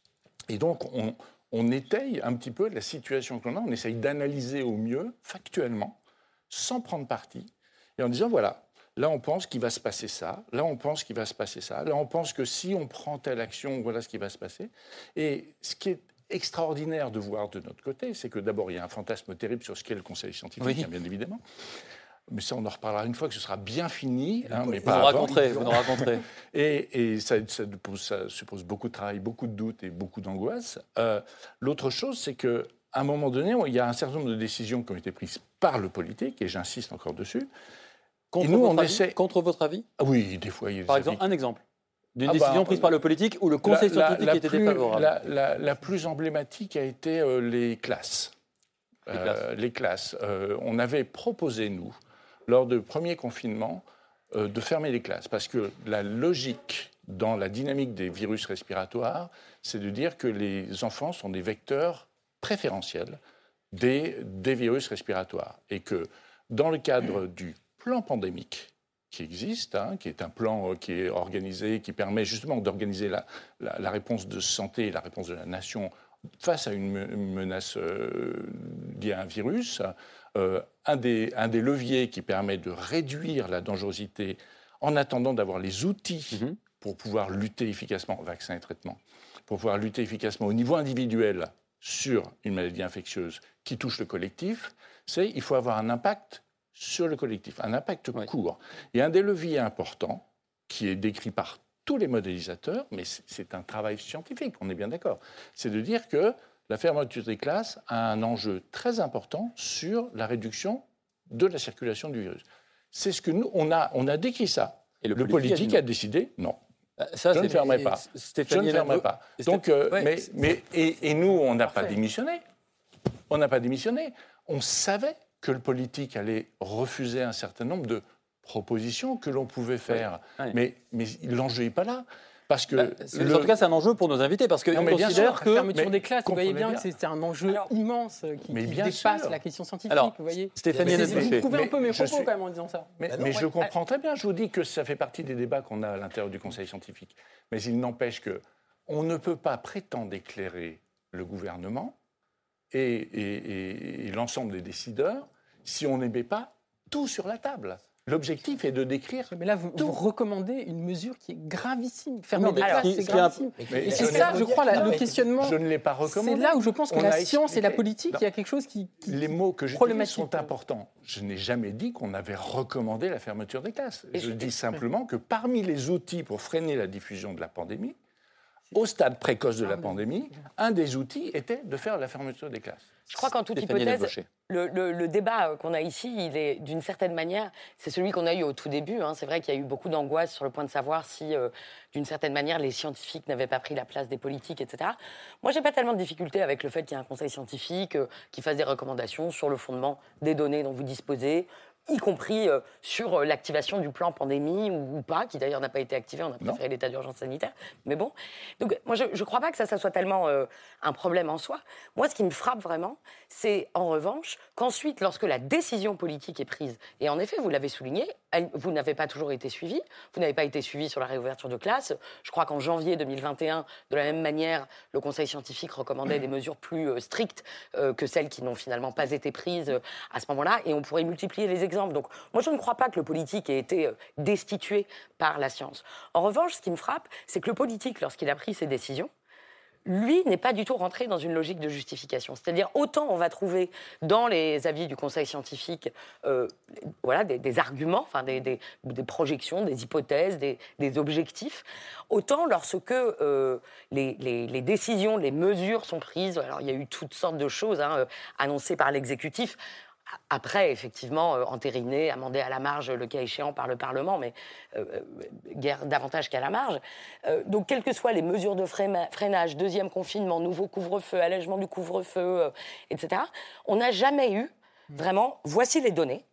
Et donc on, on étaye un petit peu la situation qu'on a, on essaye d'analyser au mieux, factuellement, sans prendre parti, et en disant voilà, là, on pense qu'il va se passer ça. Là, on pense qu'il va se passer ça. Là, on pense que si on prend telle action, voilà ce qui va se passer. Et ce qui est extraordinaire de voir de notre côté, c'est que d'abord, il y a un fantasme terrible sur ce qu'est le Conseil scientifique, oui. bien évidemment. Mais ça, on en reparlera une fois que ce sera bien fini. Hein, mais vous, pas nous raconterez, vous nous raconterez. Et, et ça, ça, ça suppose beaucoup de travail, beaucoup de doutes et beaucoup d'angoisse. Euh, l'autre chose, c'est qu'à un moment donné, il y a un certain nombre de décisions qui ont été prises par le politique, et j'insiste encore dessus. Contre, nous, votre on avis, essaie... contre votre avis ah Oui, des fois, il y a des Par avis... exemple, un exemple d'une ah décision bah, prise par le politique où le Conseil la, scientifique la, la était plus, défavorable. La, la, la plus emblématique a été euh, les classes. Les euh, classes. Les classes. Euh, on avait proposé, nous, lors du premier confinement, euh, de fermer les classes. Parce que la logique dans la dynamique des virus respiratoires, c'est de dire que les enfants sont des vecteurs préférentiels des, des virus respiratoires. Et que dans le cadre du plan pandémique qui existe, hein, qui est un plan euh, qui est organisé, qui permet justement d'organiser la, la, la réponse de santé et la réponse de la nation face à une, me- une menace euh, liée à un virus, euh, un, des, un des leviers qui permet de réduire la dangerosité en attendant d'avoir les outils mmh. pour pouvoir lutter efficacement, vaccins et traitements, pour pouvoir lutter efficacement au niveau individuel sur une maladie infectieuse qui touche le collectif, c'est qu'il faut avoir un impact sur le collectif, un impact oui. court. Et un des leviers importants, qui est décrit par tous les modélisateurs, mais c'est un travail scientifique, on est bien d'accord, c'est de dire que la fermeture des classes a un enjeu très important sur la réduction de la circulation du virus. C'est ce que nous, on a, on a décrit ça. Et le, le politique, politique a, a décidé non. Ça, je ne fermerai pas. Stéphanie je ne fermerai pas. Donc, euh, ouais, mais, mais, et, et nous, on n'a pas démissionné. On n'a pas démissionné. On savait que le politique allait refuser un certain nombre de propositions que l'on pouvait faire. Ouais. Mais, mais l'enjeu n'est pas là. Parce que bah, le... En tout cas, c'est un enjeu pour nos invités, parce qu'on considère que... La fermeture des classes, vous voyez bien, bien que c'est un enjeu alors, immense qui, qui dépasse sûr. la question scientifique. Alors, vous voyez. Stéphanie, vous prouvez un peu mes propos suis... quand même en disant ça. Mais, bah non, mais ouais. je comprends très bien, je vous dis que ça fait partie des débats qu'on a à l'intérieur du Conseil scientifique. Mais il n'empêche qu'on ne peut pas prétendre éclairer le gouvernement et, et, et, et l'ensemble des décideurs si on ne met pas tout sur la table. L'objectif est de décrire. Mais là, vous, vous recommandez une mesure qui est gravissime. Fermer des classes, c'est gravissime. Mais et c'est ça, je crois, la, le questionnement. Je ne l'ai pas recommandé. C'est là où je pense que on la science expliqué. et la politique, non. il y a quelque chose qui. qui Les mots que j'utilise sont importants. Je n'ai jamais dit qu'on avait recommandé la fermeture des classes. Et je, je dis simplement que parmi les outils pour freiner la diffusion de la pandémie, au stade précoce de la pandémie, un des outils était de faire la fermeture des classes. Je crois qu'en toute hypothèse, le, le, le débat qu'on a ici, il est d'une certaine manière, c'est celui qu'on a eu au tout début. Hein. C'est vrai qu'il y a eu beaucoup d'angoisse sur le point de savoir si, euh, d'une certaine manière, les scientifiques n'avaient pas pris la place des politiques, et cetera. Moi, j'ai pas tellement de difficulté avec le fait qu'il y ait un conseil scientifique euh, qui fasse des recommandations sur le fondement des données dont vous disposez, y compris euh, sur euh, l'activation du plan pandémie ou, ou pas, qui d'ailleurs n'a pas été activé, on a préféré l'état d'urgence sanitaire, mais bon. Donc moi, je ne crois pas que ça, ça soit tellement euh, un problème en soi. Moi, ce qui me frappe vraiment, c'est en revanche qu'ensuite, lorsque la décision politique est prise, et en effet, vous l'avez souligné, elle, vous n'avez pas toujours été suivi, vous n'avez pas été suivi sur la réouverture de classe. Je crois qu'en janvier deux mille vingt et un, de la même manière, le Conseil scientifique recommandait des mesures plus euh, strictes euh, que celles qui n'ont finalement pas été prises euh, à ce moment-là, et on pourrait multiplier les exemples. Donc, moi, je ne crois pas que le politique ait été destitué par la science. En revanche, ce qui me frappe, c'est que le politique, lorsqu'il a pris ses décisions, lui n'est pas du tout rentré dans une logique de justification. C'est-à-dire, autant on va trouver dans les avis du Conseil scientifique euh, voilà, des, des arguments, enfin, des, des, des projections, des hypothèses, des, des objectifs, autant lorsque euh, les, les, les décisions, les mesures sont prises, alors il y a eu toutes sortes de choses hein, euh, annoncées par l'exécutif, après, effectivement, euh, entériné, amendé à la marge, le cas échéant, par le Parlement, mais euh, guère davantage qu'à la marge. Euh, donc, quelles que soient les mesures de freinage, deuxième confinement, nouveau couvre-feu, allègement du couvre-feu, euh, et cetera, on n'a jamais eu, vraiment, voici les données,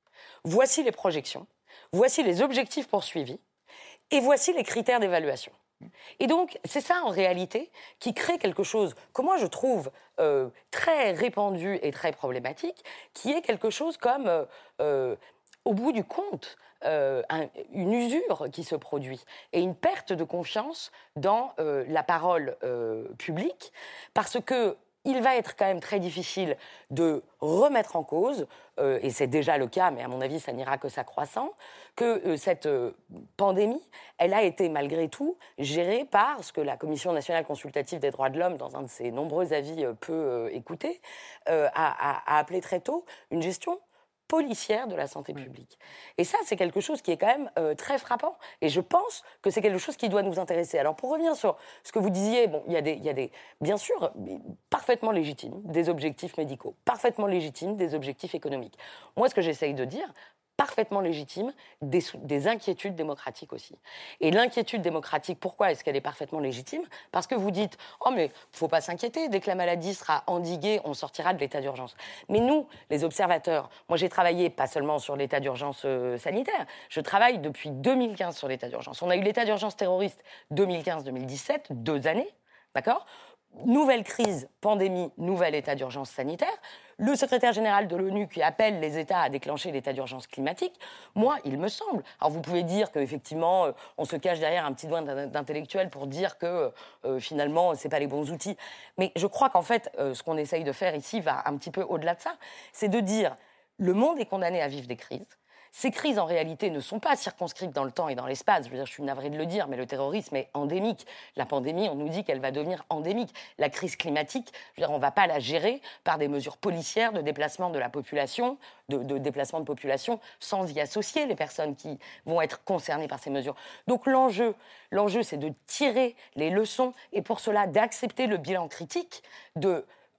voici les projections, voici les objectifs poursuivis, et voici les critères d'évaluation. Et donc, c'est ça, en réalité, qui crée quelque chose que moi, je trouve euh, très répandu et très problématique, qui est quelque chose comme, euh, euh, au bout du compte, euh, un, une usure qui se produit et une perte de confiance dans euh, la parole euh, publique, parce que il va être quand même très difficile de remettre en cause, euh, et c'est déjà le cas, mais à mon avis, ça n'ira que s'accroissant, que euh, cette euh, pandémie, elle a été malgré tout gérée par ce que la Commission nationale consultative des droits de l'homme, dans un de ses nombreux avis euh, peu euh, écoutés, euh, a, a, a appelé très tôt une gestion policière de la santé publique. Et ça, c'est quelque chose qui est quand même euh, très frappant. Et je pense que c'est quelque chose qui doit nous intéresser. Alors, pour revenir sur ce que vous disiez, bon, il y a des, il y a des, bien sûr, parfaitement légitimes, des objectifs médicaux, parfaitement légitimes, des objectifs économiques. Moi, ce que j'essaye de dire, parfaitement légitime, des, des inquiétudes démocratiques aussi. Et l'inquiétude démocratique, pourquoi est-ce qu'elle est parfaitement légitime ? Parce que vous dites « Oh, mais il ne faut pas s'inquiéter, dès que la maladie sera endiguée, on sortira de l'état d'urgence. » Mais nous, les observateurs, moi j'ai travaillé pas seulement sur l'état d'urgence euh, sanitaire, je travaille depuis deux mille quinze sur l'état d'urgence. On a eu l'état d'urgence terroriste deux mille quinze deux mille dix-sept, deux années, d'accord ? Nouvelle crise, pandémie, nouvel état d'urgence sanitaire. Le secrétaire général de l'ONU qui appelle les États à déclencher l'état d'urgence climatique. Moi, il me semble. Alors, vous pouvez dire qu'effectivement, euh, on se cache derrière un petit doigt d'intellectuel pour dire que euh, finalement, ce n'est pas les bons outils. Mais je crois qu'en fait, euh, ce qu'on essaye de faire ici va un petit peu au-delà de ça. C'est de dire le monde est condamné à vivre des crises. Ces crises, en réalité, ne sont pas circonscrites dans le temps et dans l'espace. Je veux dire, je suis navrée de le dire, mais le terrorisme est endémique. La pandémie, on nous dit qu'elle va devenir endémique. La crise climatique, je veux dire, on ne va pas la gérer par des mesures policières de déplacement de la population, de, de déplacement de population, sans y associer les personnes qui vont être concernées par ces mesures. Donc l'enjeu, l'enjeu, c'est de tirer les leçons et pour cela d'accepter le bilan critique, de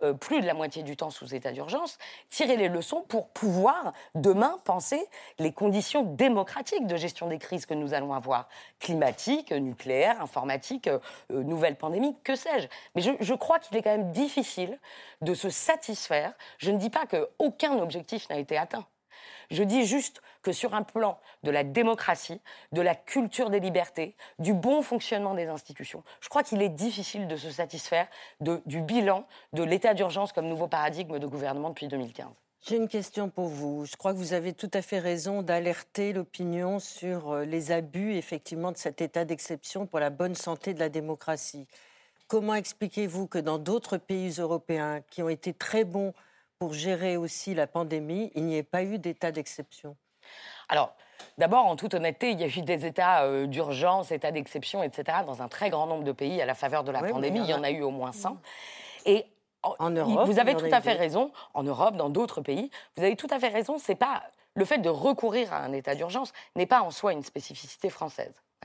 euh, plus de la moitié du temps sous état d'urgence, tirer les leçons pour pouvoir demain penser les conditions démocratiques de gestion des crises que nous allons avoir, climatiques, nucléaires, informatiques, euh, euh, nouvelles pandémies, que sais-je. Mais je, je crois qu'il est quand même difficile de se satisfaire. Je ne dis pas qu'aucun objectif n'a été atteint. Je dis juste que sur un plan de la démocratie, de la culture des libertés, du bon fonctionnement des institutions, je crois qu'il est difficile de se satisfaire de, du bilan de l'état d'urgence comme nouveau paradigme de gouvernement depuis deux mille quinze. J'ai une question pour vous. Je crois que vous avez tout à fait raison d'alerter l'opinion sur les abus, effectivement, de cet état d'exception pour la bonne santé de la démocratie. Comment expliquez-vous que dans d'autres pays européens qui ont été très bons pour gérer aussi la pandémie, il n'y ait pas eu d'état d'exception? Alors, d'abord, en toute honnêteté, il y a eu des états euh, d'urgence, états d'exception, et cetera, dans un très grand nombre de pays à la faveur de la oui, pandémie. Il y en a eu au moins cent. Et en, en Europe, vous avez tout à fait raison. En Europe, dans d'autres pays, vous avez tout à fait raison. C'est pas le fait de recourir à un état d'urgence n'est pas en soi une spécificité française, d'accord ?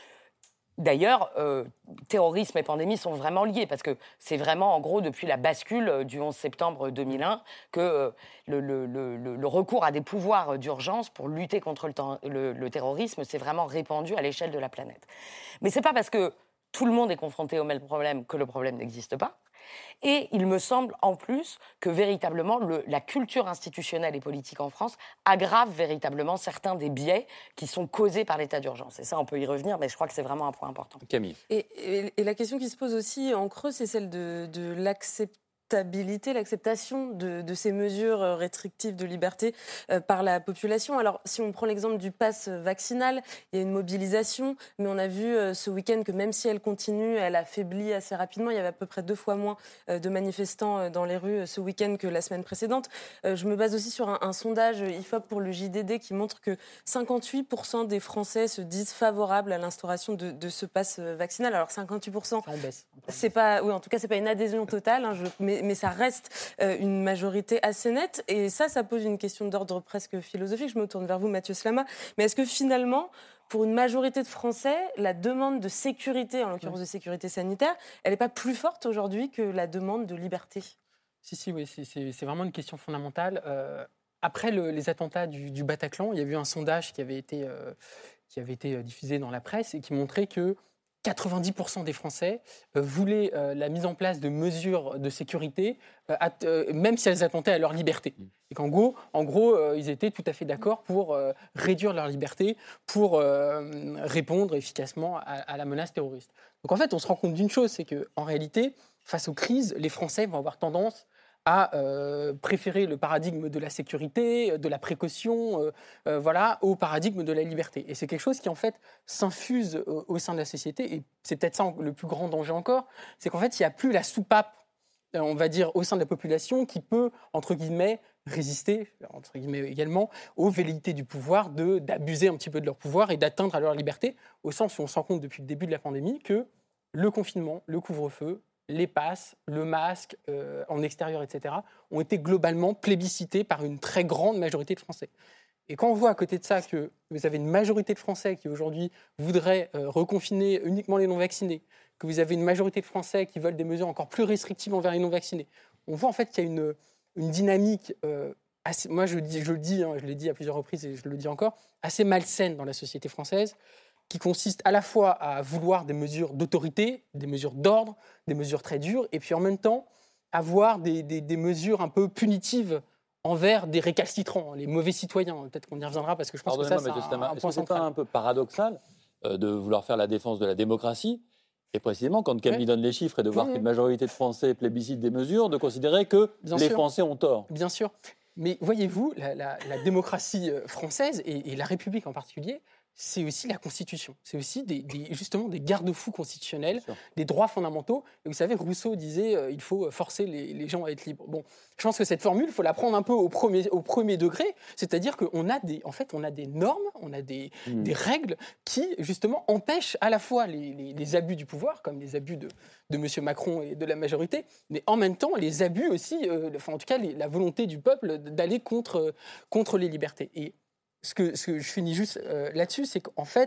D'ailleurs, euh, terrorisme et pandémie sont vraiment liés, parce que c'est vraiment, en gros, depuis la bascule du onze septembre deux mille un, que euh, le, le, le, le recours à des pouvoirs d'urgence pour lutter contre le, temps, le, le terrorisme s'est vraiment répandu à l'échelle de la planète. Mais c'est pas parce que tout le monde est confronté au même problème que le problème n'existe pas. Et il me semble en plus que véritablement le, la culture institutionnelle et politique en France aggrave véritablement certains des biais qui sont causés par l'état d'urgence. Et ça, on peut y revenir, mais je crois que c'est vraiment un point important. Camille. Et, et, et la question qui se pose aussi en creux, c'est celle de, de l'acceptation. l'acceptation de, de ces mesures restrictives de liberté euh, par la population. Alors, si on prend l'exemple du pass vaccinal, il y a une mobilisation, mais on a vu euh, ce week-end que même si elle continue, elle affaiblit assez rapidement. Il y avait à peu près deux fois moins euh, de manifestants euh, dans les rues euh, ce week-end que la semaine précédente. Euh, je me base aussi sur un, un sondage I F O P pour le J D D qui montre que cinquante-huit pour cent des Français se disent favorables à l'instauration de, de ce pass vaccinal. Alors, cinquante-huit pour cent, c'est pas, oui, en tout cas, c'est pas une adhésion totale, hein, je, mais Mais ça reste euh, une majorité assez nette. Et ça, ça pose une question d'ordre presque philosophique. Je me tourne vers vous, Mathieu Slama. Mais est-ce que finalement, pour une majorité de Français, la demande de sécurité, en l'occurrence de sécurité sanitaire, elle n'est pas plus forte aujourd'hui que la demande de liberté ? Si, si, oui, c'est, c'est, c'est vraiment une question fondamentale. Euh, après le, les attentats du, du Bataclan, il y a eu un sondage qui avait été, euh, qui avait été diffusé dans la presse et qui montrait que quatre-vingt-dix pour cent des Français euh, voulaient euh, la mise en place de mesures de sécurité, euh, at, euh, même si elles attentaient à leur liberté. Et qu'en gros, en gros euh, ils étaient tout à fait d'accord pour euh, réduire leur liberté, pour euh, répondre efficacement à, à la menace terroriste. Donc en fait, on se rend compte d'une chose, c'est qu'en réalité, face aux crises, les Français vont avoir tendance à euh, préférer le paradigme de la sécurité, de la précaution, euh, euh, voilà, au paradigme de la liberté. Et c'est quelque chose qui, en fait, s'infuse au, au sein de la société. Et c'est peut-être ça le plus grand danger encore, c'est qu'en fait, il n'y a plus la soupape, on va dire, au sein de la population qui peut, entre guillemets, résister, entre guillemets également, aux velléités du pouvoir de, d'abuser un petit peu de leur pouvoir et d'atteindre à leur liberté, au sens où on se rend compte depuis le début de la pandémie que le confinement, le couvre-feu, les passes, le masque euh, en extérieur, et cetera, ont été globalement plébiscités par une très grande majorité de Français. Et quand on voit à côté de ça que vous avez une majorité de Français qui aujourd'hui voudraient euh, reconfiner uniquement les non-vaccinés, que vous avez une majorité de Français qui veulent des mesures encore plus restrictives envers les non-vaccinés, on voit en fait qu'il y a une, une dynamique, euh, assez, moi je, dis, je le dis, hein, je l'ai dit à plusieurs reprises et je le dis encore, assez malsaine dans la société française, qui consiste à la fois à vouloir des mesures d'autorité, des mesures d'ordre, des mesures très dures, et puis en même temps avoir des, des, des mesures un peu punitives envers des récalcitrants, les mauvais citoyens. Peut-être qu'on y reviendra parce que je pense que ça, c'est un, un point Est-ce que c'est central. pas un peu paradoxal euh, de vouloir faire la défense de la démocratie et précisément, quand Camille oui. donne les chiffres et de voir oui. qu'une majorité de Français plébiscite des mesures, de considérer que Bien les sûr. Français ont tort. Bien sûr. Mais voyez-vous, la, la, la démocratie française, et, et la République en particulier, c'est aussi la Constitution. C'est aussi des, des, justement des garde-fous constitutionnels, des droits fondamentaux. Et vous savez, Rousseau disait euh, il faut forcer les, les gens à être libres. Bon, je pense que cette formule, il faut la prendre un peu au premier, au premier degré. C'est-à-dire qu'on a des, en fait, on a des normes, on a des, mmh. des règles qui, justement, empêchent à la fois les, les, les abus du pouvoir, comme les abus de, de M. Macron et de la majorité, mais en même temps, les abus aussi, euh, enfin, en tout cas, les, la volonté du peuple d'aller contre, contre les libertés. Et Ce que, ce que je finis juste euh, là-dessus, c'est qu'en fait,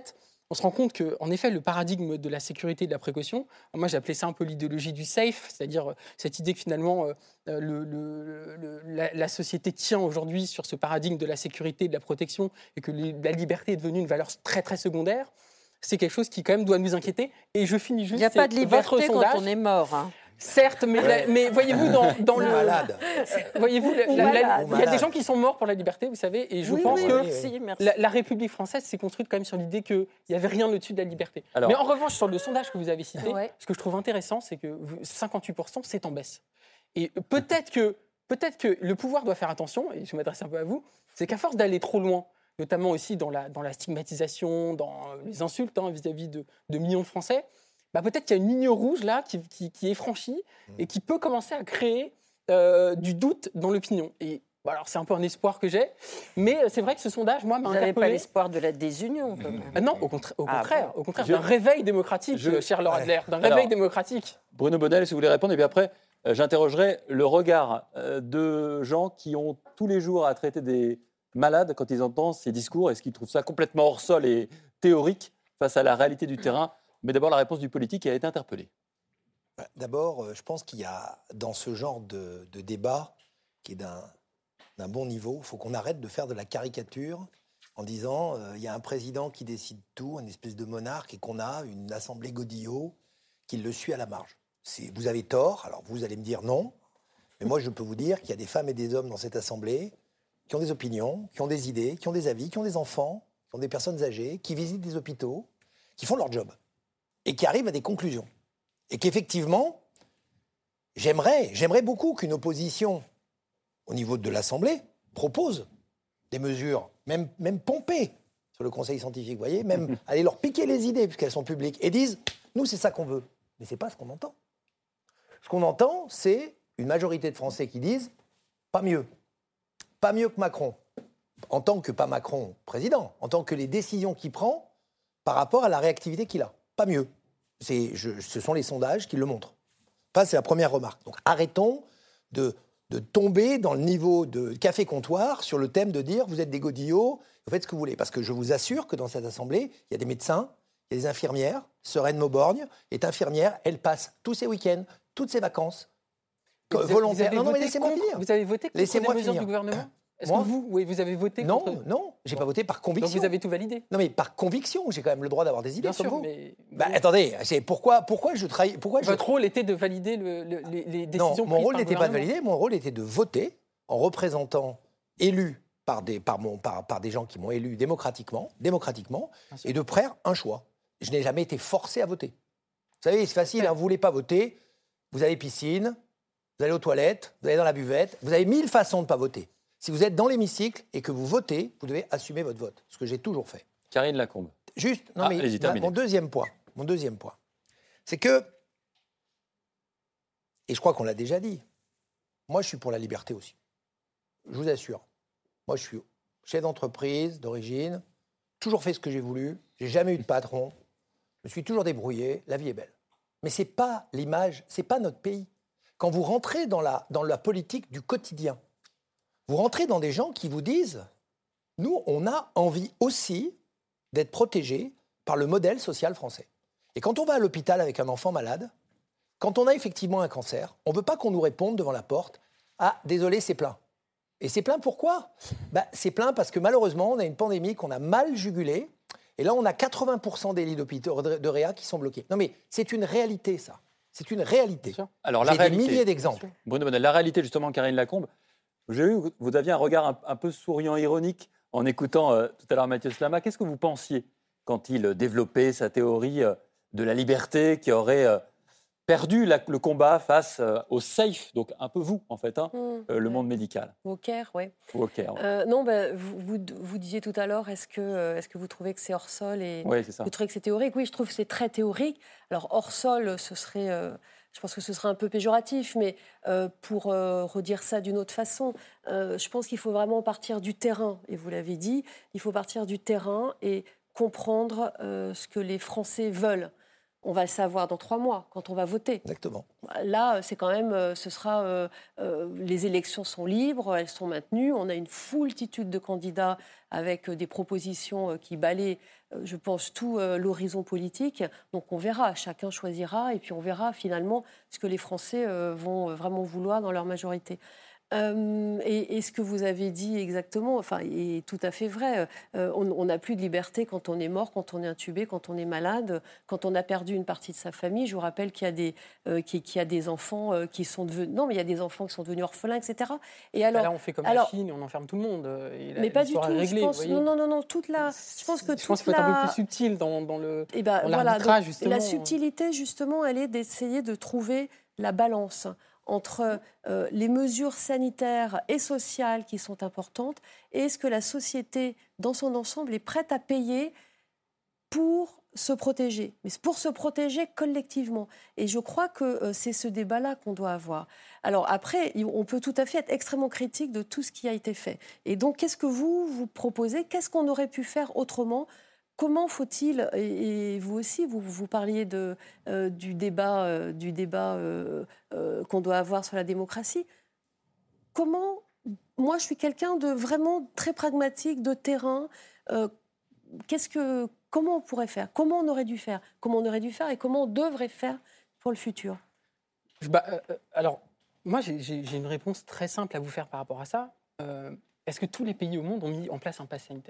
on se rend compte qu'en effet, le paradigme de la sécurité et de la précaution, moi j'ai appelé ça un peu l'idéologie du safe, c'est-à-dire cette idée que finalement euh, le, le, le, la, la société tient aujourd'hui sur ce paradigme de la sécurité et de la protection et que les, la liberté est devenue une valeur très très secondaire, c'est quelque chose qui quand même doit nous inquiéter. Et je finis juste. Il n'y a pas de liberté quand on est mort. Hein. Certes, mais, ouais. la, mais voyez-vous, dans, dans le. Malade. Euh, voyez-vous, la, la, la, il y a des gens qui sont morts pour la liberté, vous savez, et je oui, pense oui, que merci, merci. La, la République française s'est construite quand même sur l'idée qu'il n'y avait rien au-dessus de la liberté. Alors, mais en revanche, sur le sondage que vous avez cité, ouais. ce que je trouve intéressant, c'est que cinquante-huit pour cent, c'est en baisse. Et peut-être que, peut-être que le pouvoir doit faire attention, et je m'adresse un peu à vous, c'est qu'à force d'aller trop loin, notamment aussi dans la, dans la stigmatisation, dans les insultes hein, vis-à-vis de, de millions de Français, bah peut-être qu'il y a une ligne rouge là qui, qui, qui est franchie et qui peut commencer à créer euh, du doute dans l'opinion. Et bah, alors c'est un peu un espoir que j'ai, mais c'est vrai que ce sondage, moi, m'a Vous interpellé. Vous n'avez pas l'espoir de la désunion, quand même. Ah non, au, contra- au ah, contraire, bon. au contraire, je... d'un réveil démocratique, je... cher Laura Adler, d'un réveil alors, démocratique. Bruno Bonnell, si vous voulez répondre, et puis après, euh, j'interrogerai le regard euh, de gens qui ont tous les jours à traiter des malades quand ils entendent ces discours. Est-ce qu'ils trouvent ça complètement hors sol et théorique face à la réalité du terrain? Mais d'abord, la réponse du politique qui a été interpellée. D'abord, je pense qu'il y a, dans ce genre de, de débat, qui est d'un, d'un bon niveau, il faut qu'on arrête de faire de la caricature en disant euh, il y a un président qui décide tout, une espèce de monarque, et qu'on a une assemblée godillot qui le suit à la marge. C'est, vous avez tort, alors vous allez me dire non, mais moi je peux vous dire qu'il y a des femmes et des hommes dans cette assemblée qui ont des opinions, qui ont des idées, qui ont des avis, qui ont des enfants, qui ont des personnes âgées, qui visitent des hôpitaux, qui font leur job. Et qui arrivent à des conclusions. Et qu'effectivement, j'aimerais, j'aimerais beaucoup qu'une opposition, au niveau de l'Assemblée, propose des mesures, même, même pompées, sur le Conseil scientifique, vous voyez, même aller leur piquer les idées, puisqu'elles sont publiques, et disent, nous, c'est ça qu'on veut. Mais c'est pas ce qu'on entend. Ce qu'on entend, c'est une majorité de Français qui disent, pas mieux. Pas mieux que Macron. En tant que, pas Macron président, en tant que les décisions qu'il prend par rapport à la réactivité qu'il a. Pas mieux. C'est, je, ce sont les sondages qui le montrent. Ça, c'est la première remarque. Donc arrêtons de, de tomber dans le niveau de café-comptoir sur le thème de dire vous êtes des godillots, vous faites ce que vous voulez. Parce que je vous assure que dans cette assemblée, il y a des médecins, il y a des infirmières. Serène Mauborgne est infirmière, elle passe tous ses week-ends, toutes ses vacances, vous volontaires. Avez non, non, mais voté laissez-moi contre, finir. Vous avez voté contre Laissez-moi les mesures finir. du gouvernement? Est-ce Moi que vous, oui, vous avez voté Non, contre... non, j'ai bon. pas voté par conviction. Donc vous avez tout validé? Non, mais par conviction, j'ai quand même le droit d'avoir des idées. Bien comme sûr, vous. mais... Bah, attendez, c'est pourquoi, pourquoi je travaille... Pourquoi Votre je... rôle était de valider le, le, les, les décisions non, mon rôle prises n'était par pas le de valider, mon rôle était de voter en représentant, élu par des, par mon, par, par des gens qui m'ont élu démocratiquement, démocratiquement et de faire un choix. Je n'ai jamais été forcé à voter. Vous savez, c'est facile, hein, vous ne voulez pas voter, vous avez piscine, vous allez aux toilettes, vous allez dans la buvette, vous avez mille façons de ne pas voter. Si vous êtes dans l'hémicycle et que vous votez, vous devez assumer votre vote, ce que j'ai toujours fait. Karine Lacombe. Juste, non ah, mais ma, mon deuxième point, mon deuxième point, c'est que, et je crois qu'on l'a déjà dit, moi je suis pour la liberté aussi. Je vous assure. Moi je suis chef d'entreprise d'origine, toujours fait ce que j'ai voulu, j'ai jamais eu de patron, je me suis toujours débrouillé, la vie est belle. Mais c'est pas l'image, c'est pas notre pays. Quand vous rentrez dans la, dans la politique du quotidien, vous rentrez dans des gens qui vous disent « Nous, on a envie aussi d'être protégés par le modèle social français. » Et quand on va à l'hôpital avec un enfant malade, quand on a effectivement un cancer, on ne veut pas qu'on nous réponde devant la porte « Ah, désolé, c'est plein. » Et c'est plein pourquoi ? Bah, c'est plein parce que malheureusement, on a une pandémie qu'on a mal jugulée. Et là, on a quatre-vingts pour cent des lits d'hôpitaux de réa qui sont bloqués. Non mais c'est une réalité, ça. C'est une réalité. Alors, la J'ai réalité, des milliers d'exemples. Bruno Bonnell, la réalité, justement, Karine Lacombe, j'ai eu, vous aviez un regard un, un peu souriant, ironique, en écoutant euh, tout à l'heure Mathieu Slama. Qu'est-ce que vous pensiez quand il développait sa théorie euh, de la liberté qui aurait euh, perdu la, le combat face euh, au safe, donc un peu vous, en fait, hein, mmh, euh, le ouais. monde médical. Walker, oui. Walker, ouais. euh, non, bah, vous, vous, vous disiez tout à l'heure, est-ce que, euh, est-ce que vous trouvez que c'est hors sol et ouais, c'est ça. Vous trouvez que c'est théorique? Oui, je trouve que c'est très théorique. Alors, hors sol, ce serait... Euh, Je pense que ce serait un peu péjoratif, mais euh, pour euh, redire ça d'une autre façon, euh, je pense qu'il faut vraiment partir du terrain. Et vous l'avez dit, il faut partir du terrain et comprendre euh, ce que les Français veulent. On va le savoir dans trois mois, quand on va voter. Exactement. Là, c'est quand même, ce sera, euh, euh, les élections sont libres, elles sont maintenues. On a une foultitude de candidats avec des propositions qui balayent, je pense, tout euh, l'horizon politique. Donc on verra, chacun choisira, et puis on verra finalement ce que les Français euh, vont vraiment vouloir dans leur majorité. Euh, et, et ce que vous avez dit exactement, enfin, est tout à fait vrai. Euh, on n'a plus de liberté quand on est mort, quand on est intubé, quand on est malade, quand on a perdu une partie de sa famille. Je vous rappelle qu'il y a des, euh, qu'il, qu'il y a des enfants euh, qui sont devenus, non, mais il y a des enfants qui sont devenus orphelins, et cetera. Et alors, là, on fait comme alors, la Chine, on enferme tout le monde. Et la, mais pas du tout. Réglée, je pense, non, non, non, non, toute la. Je pense que je toute pense qu'il faut la... être un peu plus subtil dans, dans le. Et ben, dans voilà, l'arbitrage, donc, justement. la subtilité, justement, elle est d'essayer de trouver la balance entre euh, les mesures sanitaires et sociales qui sont importantes et est-ce que la société, dans son ensemble, est prête à payer pour se protéger, mais pour se protéger collectivement. Et je crois que euh, c'est ce débat-là qu'on doit avoir. Alors après, on peut tout à fait être extrêmement critique de tout ce qui a été fait. Et donc, qu'est-ce que vous, vous proposez ? Qu'est-ce qu'on aurait pu faire autrement ? Comment faut-il, et, et vous aussi, vous, vous parliez de, euh, du débat, euh, du débat euh, euh, qu'on doit avoir sur la démocratie. Comment, moi je suis quelqu'un de vraiment très pragmatique, de terrain, euh, qu'est-ce que, comment on pourrait faire ? Comment on aurait dû faire ? Comment on aurait dû faire et comment on devrait faire pour le futur ? bah, euh, Alors, moi j'ai, j'ai, j'ai une réponse très simple à vous faire par rapport à ça. Euh, est-ce que tous les pays au monde ont mis en place un pass sanitaire ?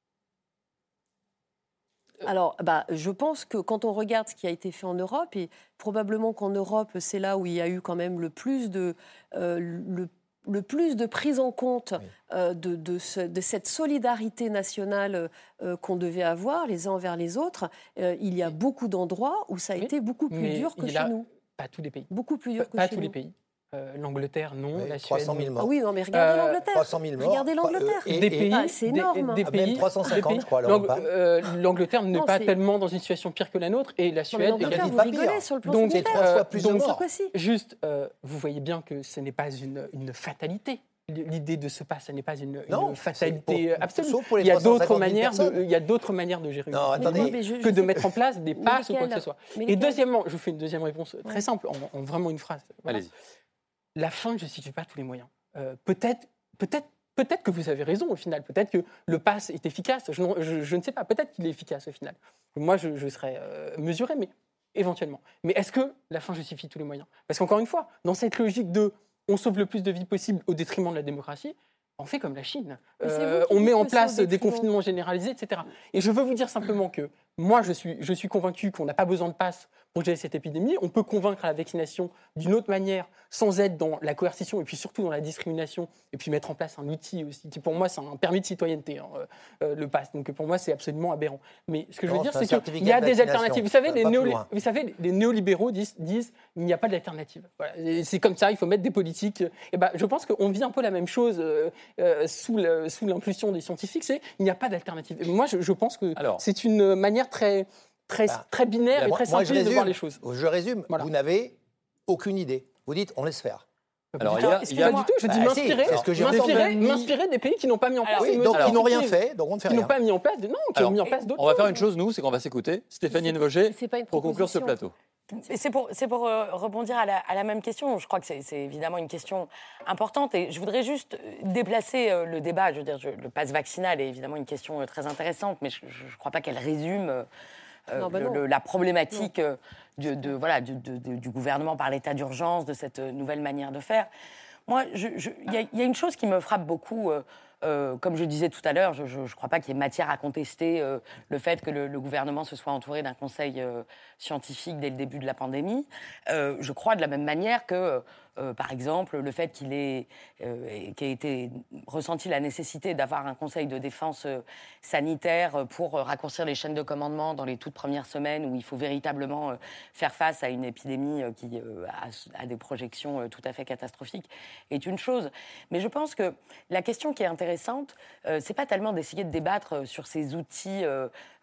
Alors, bah, je pense que quand on regarde ce qui a été fait en Europe, et probablement qu'en Europe, c'est là où il y a eu quand même le plus de, euh, le, le plus de prise en compte oui. euh, de, de, ce, de cette solidarité nationale euh, qu'on devait avoir les uns envers les autres, euh, il y a beaucoup d'endroits où ça a oui. été beaucoup plus Mais dur que chez a, nous. Pas tous les pays. Beaucoup plus dur pas, que pas chez tous nous. les pays. Euh, L'Angleterre, non. Oui, la trois cent mille Suède, morts. Ah oui, non, mais regardez euh, l'Angleterre. trois cent mille morts. Regardez l'Angleterre. Et, des pays, ah, c'est énorme. Des, des pays, même trois cent cinquante, pays, je crois. L'Ang- euh, L'Angleterre n'est non, pas c'est... tellement dans une situation pire que la nôtre, et la Suède. Non, mais l'Angleterre, vous rigolez pire. Sur le plan donc, sanitaire. C'est trois fois plus donc, de morts. Juste, euh, vous voyez bien que ce n'est pas une, une fatalité. L'idée de ce pass, ce n'est pas une, non, une fatalité pour, absolue. Sauf pour les il, y a d'autres manières de, il y a d'autres manières de gérer non, une attendez, mais je, que je de sais... mettre en place des passes ou quoi que ce soit. Mais et deuxièmement, je vous fais une deuxième réponse très ouais. simple, en, en vraiment une phrase. Voilà. Allez-y. La fin, je ne situe pas tous les moyens. Euh, peut-être, peut-être, peut-être que vous avez raison au final. Peut-être que le pass est efficace. Je, je, je ne sais pas. Peut-être qu'il est efficace au final. Moi, je, je serais euh, mesuré, mais éventuellement. Mais est-ce que la fin justifie tous les moyens ? Parce qu'encore une fois, dans cette logique de on sauve le plus de vies possible au détriment de la démocratie, on fait comme la Chine. Euh, on met en place des confinements généralisés, et cetera. Et je veux vous dire simplement que moi, je suis, je suis convaincu qu'on n'a pas besoin de passe pour gérer cette épidémie. On peut convaincre à la vaccination d'une autre manière, sans être dans la coercition et puis surtout dans la discrimination, et puis mettre en place un outil aussi. Pour moi, c'est un permis de citoyenneté, hein, euh, le pass. Donc pour moi, c'est absolument aberrant. Mais ce que je veux non, dire, c'est, c'est qu'il y a des alternatives. Vous savez, les, néo, vous savez, les néolibéraux disent, disent il n'y a pas d'alternative. Voilà. Et c'est comme ça, il faut mettre des politiques. Et ben, je pense qu'on vit un peu la même chose euh, euh, sous, le, sous l'impulsion des scientifiques, c'est il n'y a pas d'alternative. Et moi, je, je pense que Alors, c'est une manière très, très, bah, très binaire bah, et très simple de voir les choses. Je résume, voilà. Vous n'avez aucune idée. Vous dites, on laisse faire. Alors, il y a, il y a pas du tout, je dis bah, m'inspirer, si, que m'inspirer, m'inspirer des pays qui n'ont pas mis en place. Oui, donc, qui n'ont rien fait, donc on ne fait qui rien. Qui n'ont pas mis en place, non, qui Alors, ont mis en place d'autres On va choses. faire une chose, nous, c'est qu'on va s'écouter Stéphanie Nevauger pour conclure ce plateau. C'est pour, c'est pour euh, rebondir à la, à la même question. Je crois que c'est, c'est évidemment une question importante. Et je voudrais juste déplacer euh, le débat. Je veux dire, je, le pass vaccinal est évidemment une question euh, très intéressante, mais je ne crois pas qu'elle résume euh, non, bah le, le, la problématique euh, de, de, voilà, de, de, de, du gouvernement par l'état d'urgence, de cette nouvelle manière de faire. Moi, il y, y a une chose qui me frappe beaucoup. Euh, Euh, comme je disais tout à l'heure, je ne crois pas qu'il y ait matière à contester euh, le fait que le, le gouvernement se soit entouré d'un conseil euh, scientifique dès le début de la pandémie. Euh, je crois de la même manière que, euh, par exemple, le fait qu'il ait, euh, qu'il ait été ressenti la nécessité d'avoir un conseil de défense euh, sanitaire pour euh, raccourcir les chaînes de commandement dans les toutes premières semaines où il faut véritablement euh, faire face à une épidémie euh, qui euh, a, a des projections euh, tout à fait catastrophiques, est une chose. Mais je pense que la question qui est intéressante, Euh, c'est pas tellement d'essayer de débattre sur ces outils euh,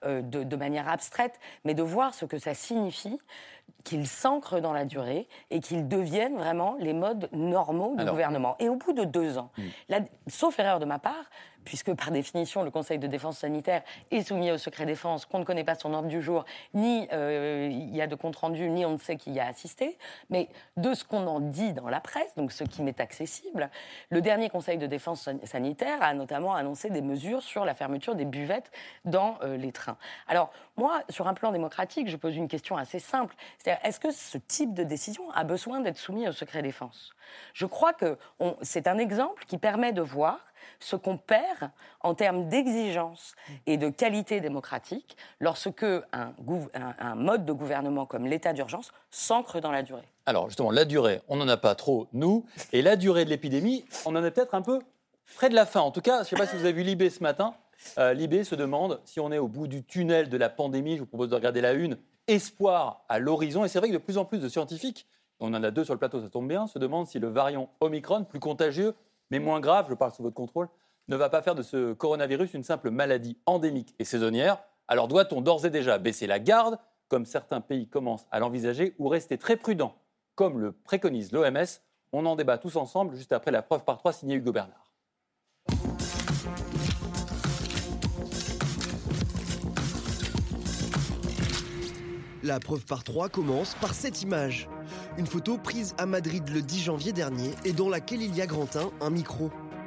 euh, de, de manière abstraite, mais de voir ce que ça signifie, qu'ils s'ancrent dans la durée et qu'ils deviennent vraiment les modes normaux du Alors, gouvernement. Et au bout de deux ans, mmh. la, sauf erreur de ma part, puisque par définition, le Conseil de défense sanitaire est soumis au secret défense, qu'on ne connaît pas son ordre du jour, ni euh, il y a de compte rendu, ni on ne sait qui y a assisté, mais de ce qu'on en dit dans la presse, donc ce qui m'est accessible, le dernier Conseil de défense sanitaire a notamment annoncé des mesures sur la fermeture des buvettes dans euh, les trains. Alors, moi, sur un plan démocratique, je pose une question assez simple, c'est-à-dire, est-ce que ce type de décision a besoin d'être soumis au secret défense ? Je crois que on, c'est un exemple qui permet de voir ce qu'on perd en termes d'exigence et de qualité démocratique lorsque un, un, un mode de gouvernement comme l'état d'urgence s'ancre dans la durée. Alors justement, la durée, on n'en a pas trop, nous. Et la durée de l'épidémie, on en est peut-être un peu près de la fin. En tout cas, je ne sais pas si vous avez vu Libé ce matin. Euh, Libé se demande si on est au bout du tunnel de la pandémie. Je vous propose de regarder la une. Espoir à l'horizon. Et c'est vrai que de plus en plus de scientifiques, on en a deux sur le plateau, ça tombe bien, se demandent si le variant Omicron, plus contagieux, mais moins grave, je parle sous votre contrôle, ne va pas faire de ce coronavirus une simple maladie endémique et saisonnière. Alors doit-on d'ores et déjà baisser la garde, comme certains pays commencent à l'envisager, ou rester très prudent, comme le préconise l'O M S ? On en débat tous ensemble, juste après la preuve par trois signée Hugo Bernard. La preuve par trois commence par cette image. Une photo prise à Madrid le dix janvier dernier et dans laquelle il y a Grantin, un micro.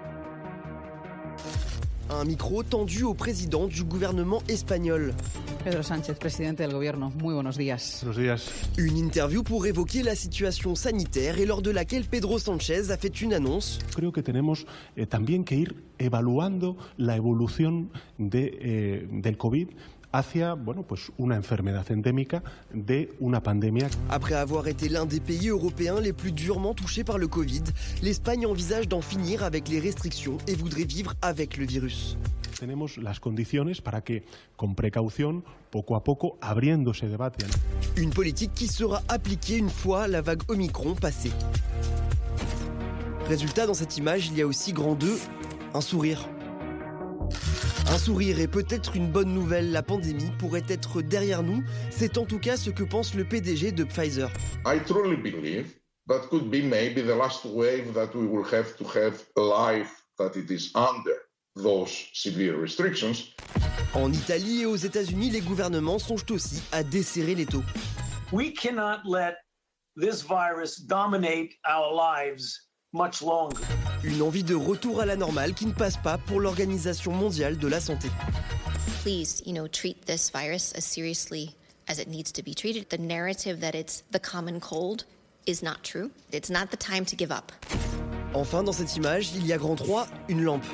Un micro tendu au président du gouvernement espagnol. Pedro Sánchez, presidente del gobierno. Muy buenos días. Buenos días. Une interview pour évoquer la situation sanitaire et lors de laquelle Pedro Sánchez a fait une annonce. Creo que tenemos eh, también que ir evaluando la evolución de, eh, del COVID hacia bueno, pues una enfermedad endémica de una pandemia. Après avoir été l'un des pays européens les plus durement touchés par le Covid, l'Espagne envisage d'en finir avec les restrictions et voudrait vivre avec le virus. Tenemos las condiciones para que, con precaución, poco a poco, abriendo ese debate. Une politique qui sera appliquée une fois la vague Omicron passée. Résultat, dans cette image, il y a aussi grand deux, un sourire. Un sourire est peut-être une bonne nouvelle, la pandémie pourrait être derrière nous. C'est en tout cas ce que pense le P D G de Pfizer. I truly believe that could be maybe the last wave that we will have to have a life that it is under those severe restrictions. En Italie et aux États-Unis, les gouvernements songent aussi à desserrer les taux. We cannot let this virus dominate our lives much longer. Une envie de retour à la normale qui ne passe pas pour l'Organisation mondiale de la santé. Please, you know, treat this virus as seriously as it needs to be treated. The narrative that it's the common cold is not true. It's not the time to give up. Enfin, dans cette image, il y a grand trois, une lampe.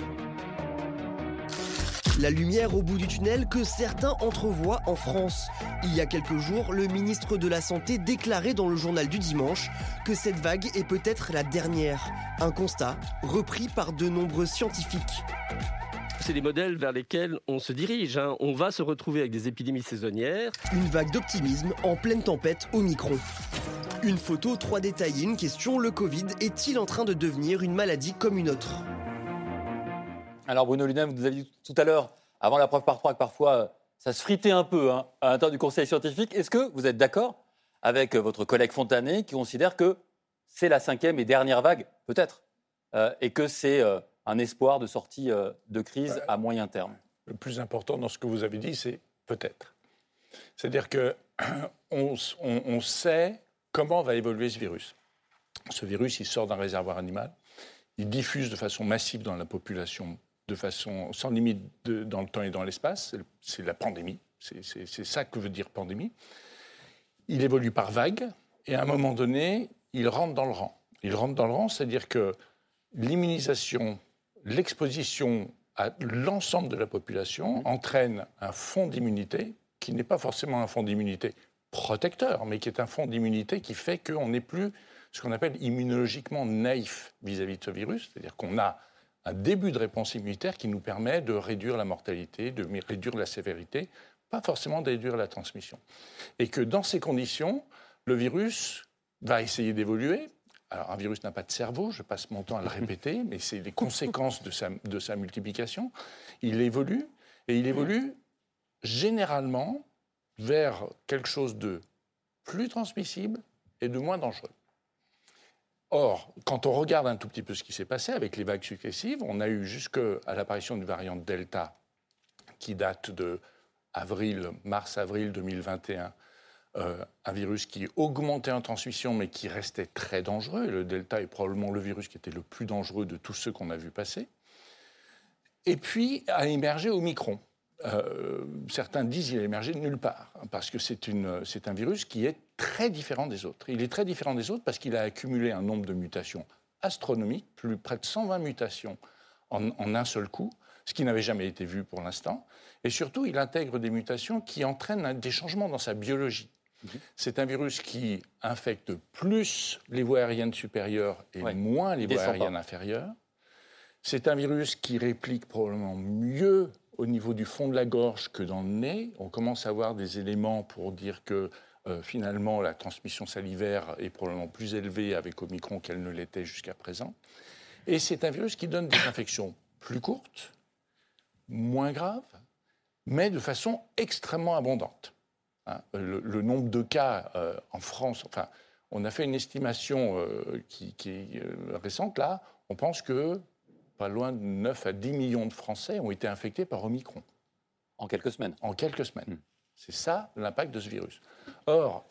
La lumière au bout du tunnel que certains entrevoient en France. Il y a quelques jours, le ministre de la Santé déclarait dans le journal du dimanche que cette vague est peut-être la dernière. Un constat repris par de nombreux scientifiques. C'est des modèles vers lesquels on se dirige. Hein. On va se retrouver avec des épidémies saisonnières. Une vague d'optimisme en pleine tempête Omicron. Une photo trois détaillée, une question, le Covid est-il en train de devenir une maladie comme une autre ? Alors Bruno Lunin, vous nous avez dit tout à l'heure, avant la preuve par trois, que parfois ça se fritait un peu hein, à l'intérieur du Conseil scientifique. Est-ce que vous êtes d'accord avec votre collègue Fontanet qui considère que c'est la cinquième et dernière vague, peut-être, euh, et que c'est euh, un espoir de sortie euh, de crise à moyen terme ? Le plus important dans ce que vous avez dit, c'est peut-être. C'est-à-dire qu'on on, on sait comment va évoluer ce virus. Ce virus, il sort d'un réservoir animal, il diffuse de façon massive dans la population, de façon sans limite de, dans le temps et dans l'espace. C'est, c'est la pandémie, c'est, c'est, c'est ça que veut dire pandémie. Il évolue par vagues, et à un moment donné, il rentre dans le rang. Il rentre dans le rang, c'est-à-dire que l'immunisation, l'exposition à l'ensemble de la population entraîne un fond d'immunité qui n'est pas forcément un fond d'immunité protecteur, mais qui est un fond d'immunité qui fait qu'on n'est plus ce qu'on appelle immunologiquement naïf vis-à-vis de ce virus, c'est-à-dire qu'on a un début de réponse immunitaire qui nous permet de réduire la mortalité, de réduire la sévérité, pas forcément de réduire la transmission. Et que dans ces conditions, le virus va essayer d'évoluer. Alors un virus n'a pas de cerveau, je passe mon temps à le répéter, mais c'est les conséquences de sa, de sa multiplication. Il évolue, et il évolue généralement vers quelque chose de plus transmissible et de moins dangereux. Or, quand on regarde un tout petit peu ce qui s'est passé avec les vagues successives, on a eu jusqu'à l'apparition du variant Delta qui date de avril, mars-avril deux mille vingt et un, euh, un virus qui augmentait en transmission mais qui restait très dangereux. Et le Delta est probablement le virus qui était le plus dangereux de tous ceux qu'on a vu passer. Et puis a émergé Omicron. Euh, certains disent qu'il a émergé de nulle part, parce que c'est, une, c'est un virus qui est très différent des autres. Il est très différent des autres parce qu'il a accumulé un nombre de mutations astronomiques, plus près de cent vingt mutations en, en un seul coup, ce qui n'avait jamais été vu pour l'instant. Et surtout, il intègre des mutations qui entraînent des changements dans sa biologie. Mmh. C'est un virus qui infecte plus les voies aériennes supérieures et ouais. moins les voies aériennes pas. inférieures. C'est un virus qui réplique probablement mieux au niveau du fond de la gorge que dans le nez. On commence à avoir des éléments pour dire que euh, finalement la transmission salivaire est probablement plus élevée avec Omicron qu'elle ne l'était jusqu'à présent. Et c'est un virus qui donne des infections plus courtes, moins graves, mais de façon extrêmement abondante. Hein, le, le nombre de cas euh, en France, enfin, on a fait une estimation euh, qui, qui est euh, récente là, on pense que pas loin de neuf à dix millions de Français ont été infectés par Omicron. En quelques semaines. En quelques semaines. Mmh. C'est ça l'impact de ce virus. Or,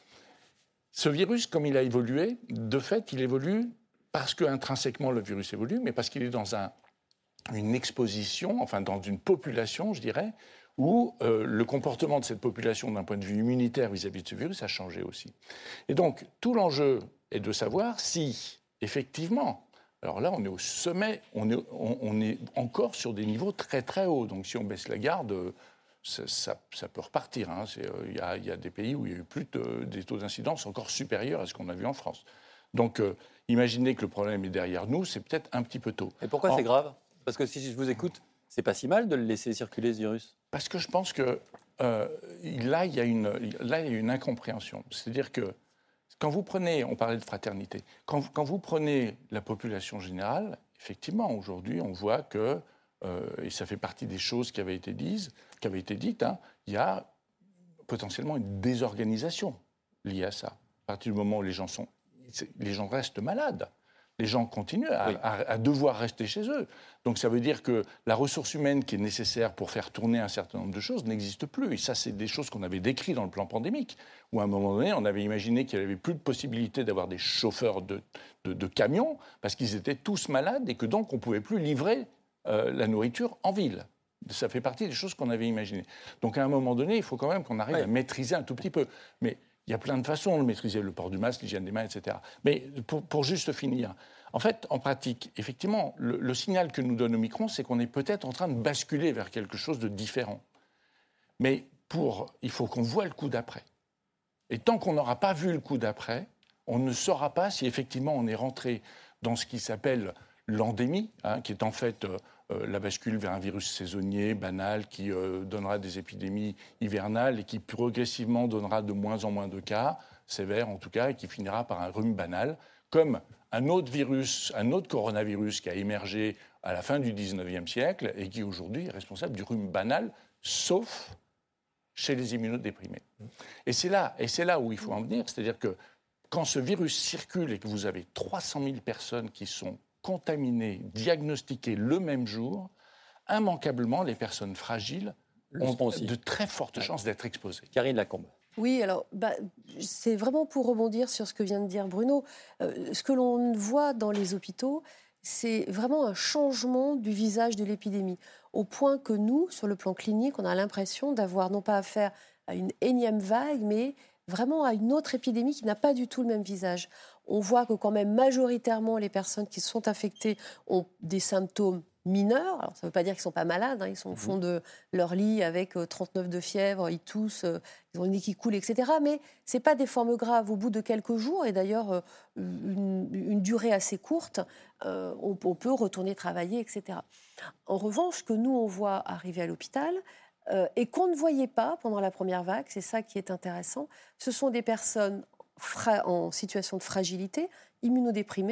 ce virus, comme il a évolué, de fait, il évolue parce qu'intrinsèquement le virus évolue, mais parce qu'il est dans un, une exposition, enfin dans une population, je dirais, où euh, le comportement de cette population d'un point de vue immunitaire vis-à-vis de ce virus a changé aussi. Et donc, tout l'enjeu est de savoir si, effectivement, alors là, on est au sommet, on est, on, on est encore sur des niveaux très très hauts. Donc si on baisse la garde, ça, ça, ça peut repartir. Hein. Il euh, y, y a des pays où il y a eu plus de, des taux d'incidence encore supérieurs à ce qu'on a vu en France. Donc euh, imaginez que le problème est derrière nous, c'est peut-être un petit peu tôt. Et pourquoi en... c'est grave ? Parce que si je vous écoute, c'est pas si mal de le laisser circuler, ce virus ? Parce que je pense que euh, là, il y a une, là, il y a une incompréhension. C'est-à-dire que quand vous prenez, on parlait de fraternité, quand, quand vous prenez la population générale, effectivement, aujourd'hui, on voit que, euh, et ça fait partie des choses qui avaient été dites, qui avaient été dites, hein, il y a potentiellement une désorganisation liée à ça. À partir du moment où les gens sont, les gens restent malades, les gens continuent à, oui. à, à devoir rester chez eux. Donc ça veut dire que la ressource humaine qui est nécessaire pour faire tourner un certain nombre de choses n'existe plus. Et ça, c'est des choses qu'on avait décrites dans le plan pandémique, où à un moment donné, on avait imaginé qu'il n'y avait plus de possibilité d'avoir des chauffeurs de, de, de camions, parce qu'ils étaient tous malades et que donc on ne pouvait plus livrer euh, la nourriture en ville. Ça fait partie des choses qu'on avait imaginées. Donc à un moment donné, il faut quand même qu'on arrive oui. à maîtriser un tout petit peu. Mais il y a plein de façons de maîtriser le port du masque, l'hygiène des mains, et cetera. Mais pour, pour juste finir, en fait, en pratique, effectivement, le, le signal que nous donne Omicron, c'est qu'on est peut-être en train de basculer vers quelque chose de différent. Mais pour, il faut qu'on voit le coup d'après. Et tant qu'on n'aura pas vu le coup d'après, on ne saura pas si effectivement on est rentré dans ce qui s'appelle l'endémie, hein, qui est en fait euh, euh, la bascule vers un virus saisonnier, banal, qui euh, donnera des épidémies hivernales et qui progressivement donnera de moins en moins de cas, sévères en tout cas, et qui finira par un rhume banal, comme un autre virus, un autre coronavirus qui a émergé à la fin du dix-neuvième siècle et qui aujourd'hui est responsable du rhume banal, sauf chez les immunodéprimés. Et c'est là, et c'est là où il faut en venir, c'est-à-dire que quand ce virus circule et que vous avez trois cent mille personnes qui sont contaminées, diagnostiquées le même jour, immanquablement, les personnes fragiles ont de très fortes chances d'être exposées. Karine Lacombe. Oui, alors bah, c'est vraiment pour rebondir sur ce que vient de dire Bruno. Euh, ce que l'on voit dans les hôpitaux, c'est vraiment un changement du visage de l'épidémie, au point que nous, sur le plan clinique, on a l'impression d'avoir non pas affaire à une énième vague, mais vraiment à une autre épidémie qui n'a pas du tout le même visage. On voit que quand même majoritairement les personnes qui sont infectées ont des symptômes mineurs. Alors ça ne veut pas dire qu'ils ne sont pas malades, hein. Ils sont au fond de leur lit avec trente-neuf de fièvre, ils toussent, ils ont le nez qui coule, et cetera. Mais ce n'est pas des formes graves. Au bout de quelques jours, et d'ailleurs une, une durée assez courte, euh, on, on peut retourner travailler, et cetera. En revanche, ce que nous, on voit arriver à l'hôpital, euh, et qu'on ne voyait pas pendant la première vague, c'est ça qui est intéressant, ce sont des personnes fra- en situation de fragilité, immunodéprimées,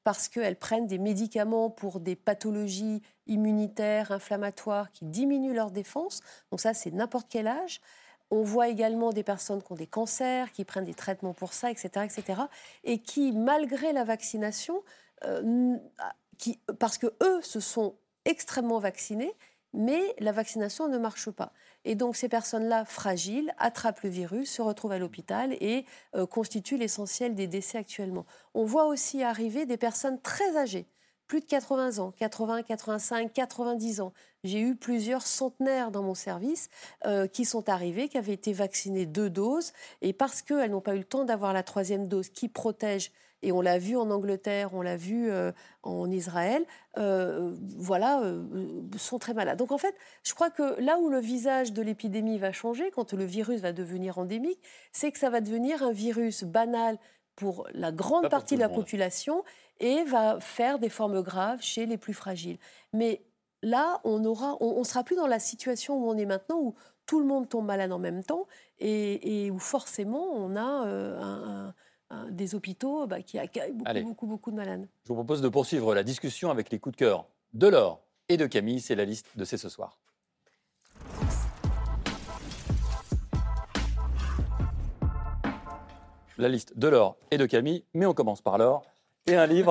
parce qu'elles prennent des médicaments pour des pathologies immunitaires, inflammatoires, qui diminuent leur défense. Donc ça, c'est n'importe quel âge. On voit également des personnes qui ont des cancers, qui prennent des traitements pour ça, et cetera, et cetera, et qui, malgré la vaccination, euh, qui, parce que eux se sont extrêmement vaccinés, mais la vaccination ne marche pas. Et donc ces personnes-là, fragiles, attrapent le virus, se retrouvent à l'hôpital et euh, constituent l'essentiel des décès actuellement. On voit aussi arriver des personnes très âgées, plus de quatre-vingts ans, quatre-vingts, quatre-vingt-cinq, quatre-vingt-dix ans. J'ai eu plusieurs centenaires dans mon service euh, qui sont arrivés, qui avaient été vaccinés deux doses, et parce qu'elles n'ont pas eu le temps d'avoir la troisième dose qui protège, et on l'a vu en Angleterre, on l'a vu euh, en Israël, euh, voilà, euh, sont très malades. Donc en fait, je crois que là où le visage de l'épidémie va changer, quand le virus va devenir endémique, c'est que ça va devenir un virus banal pour la grande Pas pour partie tout de le la monde. population et va faire des formes graves chez les plus fragiles. Mais là, on aura, on, on sera plus dans la situation où on est maintenant, où tout le monde tombe malade en même temps et, et où forcément on a euh, un, un, un, des hôpitaux bah, qui accueillent beaucoup, Allez. beaucoup, beaucoup de malades. Je vous propose de poursuivre la discussion avec les coups de cœur de Laure et de Camille. C'est la liste de C'est ce soir. La liste de Laure et de Camille, mais on commence par Laure et un livre.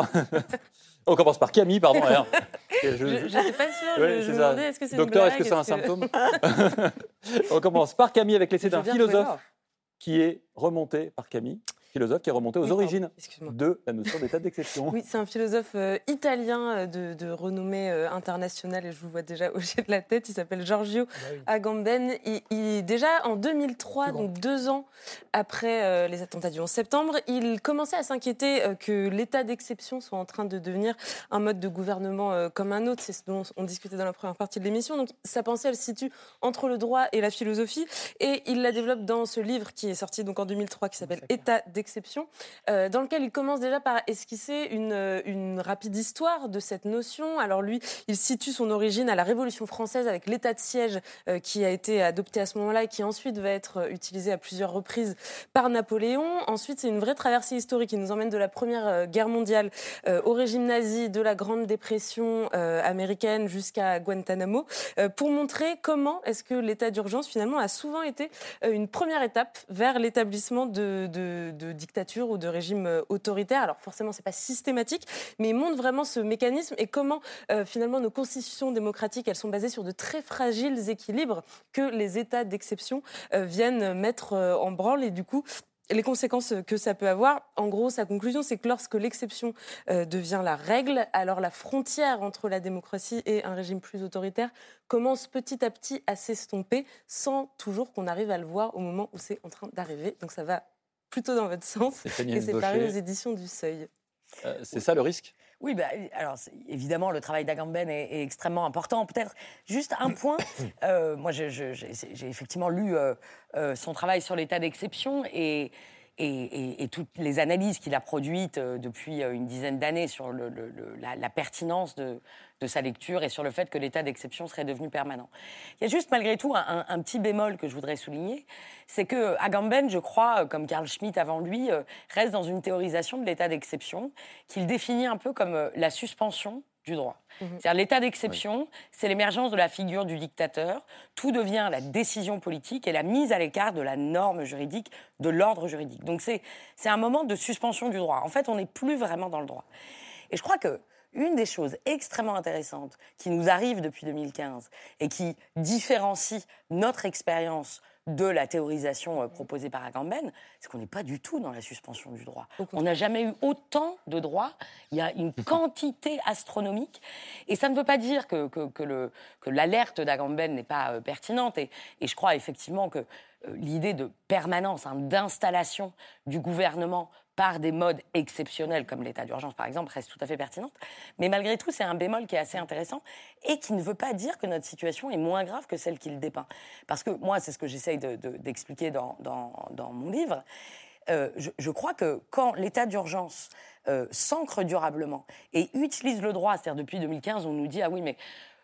On commence par Camille, pardon. Alors, je n'étais pas sûre, ouais, je, je me ça. demandais est-ce que c'est Docteur, une est-ce blague, que c'est un est-ce symptôme On commence par Camille avec l'essai Je veux d'un bien philosophe trouver qui est remonté par Camille, philosophe qui est remonté aux Oui, pardon, origines excuse-moi. de la notion d'état d'exception. Oui, c'est un philosophe euh, italien euh, de, de renommée euh, internationale et je vous vois déjà hocher de la tête. Il s'appelle Giorgio Agamben. Il, il- déjà en deux mille trois, donc deux ans après euh, les attentats du onze septembre, il commençait à s'inquiéter euh, que l'état d'exception soit en train de devenir un mode de gouvernement euh, comme un autre. C'est ce dont on discutait dans la première partie de l'émission. Donc sa pensée, elle se situe entre le droit et la philosophie et il la développe dans ce livre qui est sorti donc en deux mille trois qui s'appelle État d'exception. Euh, dans lequel il commence déjà par esquisser une, euh, une rapide histoire de cette notion. Alors lui, il situe son origine à la Révolution française avec l'état de siège euh, qui a été adopté à ce moment-là et qui ensuite va être euh, utilisé à plusieurs reprises par Napoléon. Ensuite, c'est une vraie traversée historique qui nous emmène de la Première euh, Guerre mondiale euh, au régime nazi, de la Grande Dépression euh, américaine jusqu'à Guantanamo, euh, pour montrer comment est-ce que l'état d'urgence finalement a souvent été euh, une première étape vers l'établissement de, de, de dictature ou de régime autoritaire. Alors forcément, c'est pas systématique, mais il montre vraiment ce mécanisme et comment euh, finalement nos constitutions démocratiques, elles sont basées sur de très fragiles équilibres que les états d'exception euh, viennent mettre euh, en branle et du coup, les conséquences que ça peut avoir, en gros, sa conclusion, c'est que lorsque l'exception euh, devient la règle, alors la frontière entre la démocratie et un régime plus autoritaire commence petit à petit à s'estomper sans toujours qu'on arrive à le voir au moment où c'est en train d'arriver. Donc ça va plutôt dans votre sens. C'est Et c'est paru Baucher. aux éditions du Seuil. Euh, c'est ça le risque? Oui, bah, alors c'est- évidemment, le travail d'Agamben est, est extrêmement important. Peut-être juste un point. Euh, moi, je- je- j'ai j'ai effectivement lu euh, euh, son travail sur l'état d'exception et, et, et- et toutes les analyses qu'il a produites euh, depuis euh, une dizaine d'années sur le- le- le- la, la pertinence de, de sa lecture et sur le fait que l'état d'exception serait devenu permanent. Il y a juste malgré tout un, un- un petit bémol que je voudrais souligner, c'est que Agamben, je crois, euh, comme Carl Schmitt avant lui, euh, reste dans une théorisation de l'état d'exception qu'il définit un peu comme euh, la suspension du droit. C'est-à-dire l'état d'exception, c'est l'émergence de la figure du dictateur, tout devient la décision politique et la mise à l'écart de la norme juridique, de l'ordre juridique. Donc c'est c'est un moment de suspension du droit. En fait, on n'est plus vraiment dans le droit. Et je crois que une des choses extrêmement intéressantes qui nous arrive depuis deux mille quinze et qui différencie notre expérience de la théorisation euh, proposée par Agamben, c'est qu'on n'est pas du tout dans la suspension du droit. On n'a jamais eu autant de droits, il y a une quantité astronomique, et ça ne veut pas dire que, que, que, le, que l'alerte d'Agamben n'est pas euh, pertinente, et, et je crois effectivement que euh, l'idée de permanence, hein, d'installation du gouvernement par des modes exceptionnels, comme l'état d'urgence par exemple, reste tout à fait pertinente. Mais malgré tout, c'est un bémol qui est assez intéressant et qui ne veut pas dire que notre situation est moins grave que celle qu'il dépeint. Parce que moi, c'est ce que j'essaye de, de, d'expliquer dans, dans, dans mon livre. Euh, je, je crois que quand l'état d'urgence euh, s'ancre durablement et utilise le droit, c'est-à-dire depuis deux mille quinze, on nous dit « Ah oui, mais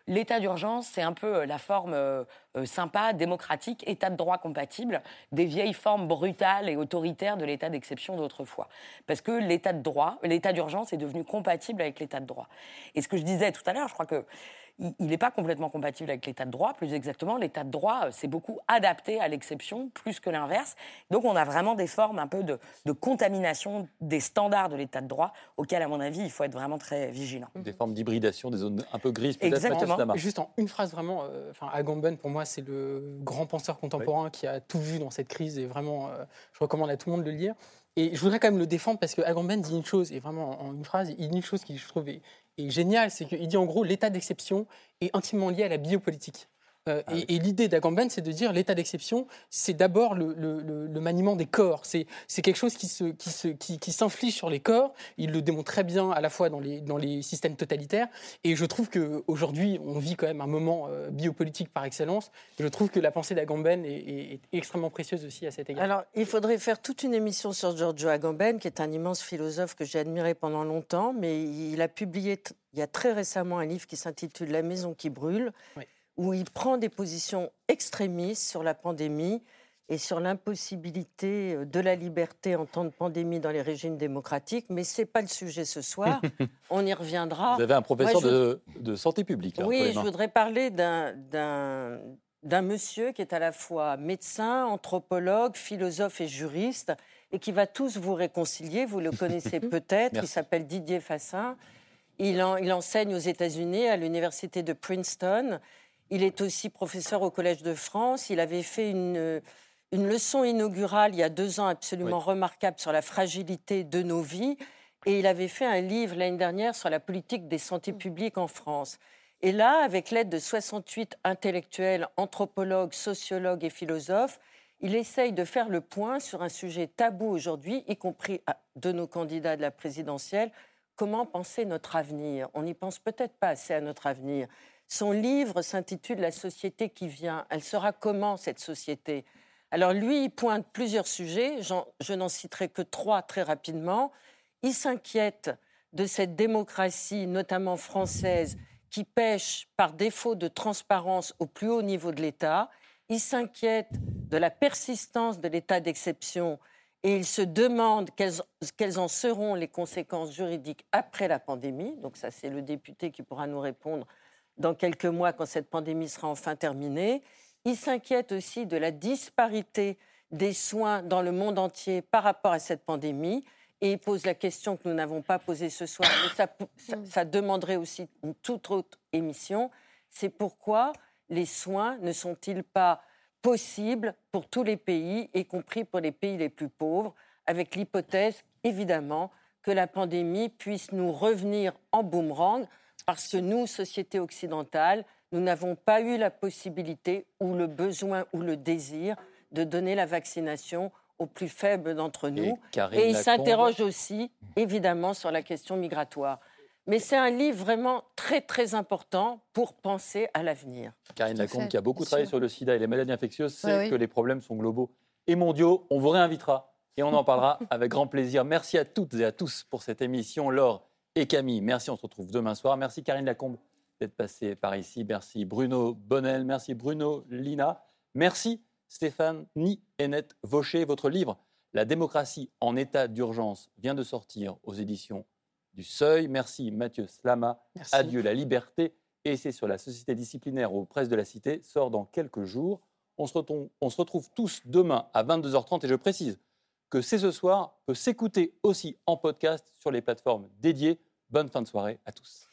l'état d'urgence, c'est un peu la forme euh, euh, sympa, démocratique, état de droit compatible, des vieilles formes brutales et autoritaires de l'état d'exception d'autrefois. Parce que l'état de droit, l'état d'urgence est devenu compatible avec l'état de droit. Et ce que je disais tout à l'heure, je crois que il n'est pas complètement compatible avec l'état de droit. Plus exactement, l'état de droit s'est beaucoup adapté à l'exception, plus que l'inverse. Donc on a vraiment des formes un peu de, de contamination des standards de l'état de droit, auxquels, à mon avis, il faut être vraiment très vigilant. Des formes d'hybridation, des zones un peu grises, peut-être. Exactement. Juste en une phrase, vraiment, euh, enfin, Agamben, pour moi, c'est le grand penseur contemporain oui. qui a tout vu dans cette crise. Et vraiment, euh, je recommande à tout le monde de le lire. Et je voudrais quand même le défendre parce que Agamben dit une chose, et vraiment en une phrase, il dit une chose qui, je trouve, est, est géniale, c'est qu'il dit en gros l'état d'exception est intimement lié à la biopolitique. Euh, ah et, oui. et l'idée d'Agamben, c'est de dire l'état d'exception, c'est d'abord le, le, le, le maniement des corps. C'est, c'est quelque chose qui, se, qui, se, qui, qui s'inflige sur les corps. Il le démontre très bien à la fois dans les, dans les systèmes totalitaires. Et je trouve qu'aujourd'hui, on vit quand même un moment euh, biopolitique par excellence. Et je trouve que la pensée d'Agamben est, est, est extrêmement précieuse aussi à cet égard. Alors, il faudrait faire toute une émission sur Giorgio Agamben, qui est un immense philosophe que j'ai admiré pendant longtemps. Mais il a publié t- il y a très récemment un livre qui s'intitule « La maison qui brûle oui. », où il prend des positions extrémistes sur la pandémie et sur l'impossibilité de la liberté en temps de pandémie dans les régimes démocratiques. Mais ce n'est pas le sujet ce soir. On y reviendra. Vous avez un professeur Moi, je... de, de santé publique. Là, oui, je voudrais parler d'un, d'un, d'un monsieur qui est à la fois médecin, anthropologue, philosophe et juriste et qui va tous vous réconcilier. Vous le connaissez peut-être. Il s'appelle Didier Fassin. Il, en, il enseigne aux États-Unis à l'université de Princeton. Il est aussi professeur au Collège de France. Il avait fait une, une leçon inaugurale il y a deux ans absolument oui. remarquable sur la fragilité de nos vies. Et il avait fait un livre l'année dernière sur la politique des santé publiques en France. Et là, avec l'aide de soixante-huit intellectuels, anthropologues, sociologues et philosophes, il essaye de faire le point sur un sujet tabou aujourd'hui, y compris de nos candidats de la présidentielle. Comment penser notre avenir ? On n'y pense peut-être pas assez à notre avenir. Son livre s'intitule « La société qui vient ». Elle sera comment, cette société ? Alors lui, il pointe plusieurs sujets. J'en, je n'en citerai que trois très rapidement. Il s'inquiète de cette démocratie, notamment française, qui pêche par défaut de transparence au plus haut niveau de l'État. Il s'inquiète de la persistance de l'état d'exception et il se demande quelles, quelles en seront les conséquences juridiques après la pandémie. Donc ça, c'est le député qui pourra nous répondre dans quelques mois, quand cette pandémie sera enfin terminée. Il s'inquiète aussi de la disparité des soins dans le monde entier par rapport à cette pandémie. Et il pose la question que nous n'avons pas posée ce soir, mais ça, ça, ça demanderait aussi une toute autre émission. C'est pourquoi les soins ne sont-ils pas possibles pour tous les pays, y compris pour les pays les plus pauvres, avec l'hypothèse, évidemment, que la pandémie puisse nous revenir en boomerang, parce que nous, société occidentale, nous n'avons pas eu la possibilité ou le besoin ou le désir de donner la vaccination aux plus faibles d'entre nous. Et, Et il s'interroge aussi, évidemment, sur la question migratoire. Mais c'est un livre vraiment très, très important pour penser à l'avenir. Karine Lacombe, qui a beaucoup travaillé sur le sida et les maladies infectieuses, sait oui, oui. que les problèmes sont globaux et mondiaux. On vous réinvitera et on en parlera avec grand plaisir. Merci à toutes et à tous pour cette émission. Laure et Camille, merci, on se retrouve demain soir. Merci Karine Lacombe d'être passée par ici. Merci Bruno Bonnel, merci Bruno Lina. Merci Stéphanie Hennette Vaucher. Votre livre « La démocratie en état d'urgence » vient de sortir aux éditions du Seuil. Merci Mathieu Slama. Merci. Adieu la liberté. Et c'est sur la société disciplinaire aux presses de la Cité, sort dans quelques jours. On se retrouve, on se retrouve tous demain à vingt-deux heures trente et je précise que C'est ce soir peut s'écouter aussi en podcast sur les plateformes dédiées. Bonne fin de soirée à tous.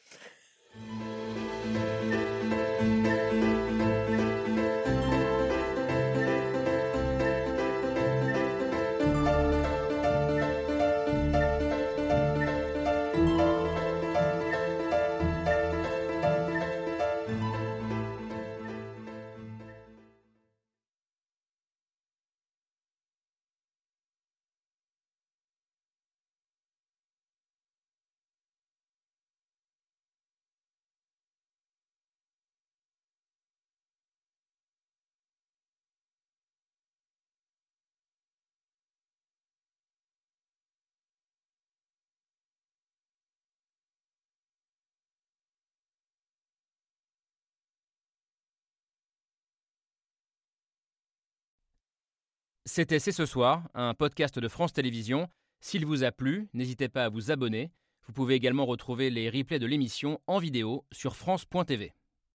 C'était C'est ce soir, un podcast de France Télévisions. S'il vous a plu, n'hésitez pas à vous abonner. Vous pouvez également retrouver les replays de l'émission en vidéo sur France point T V.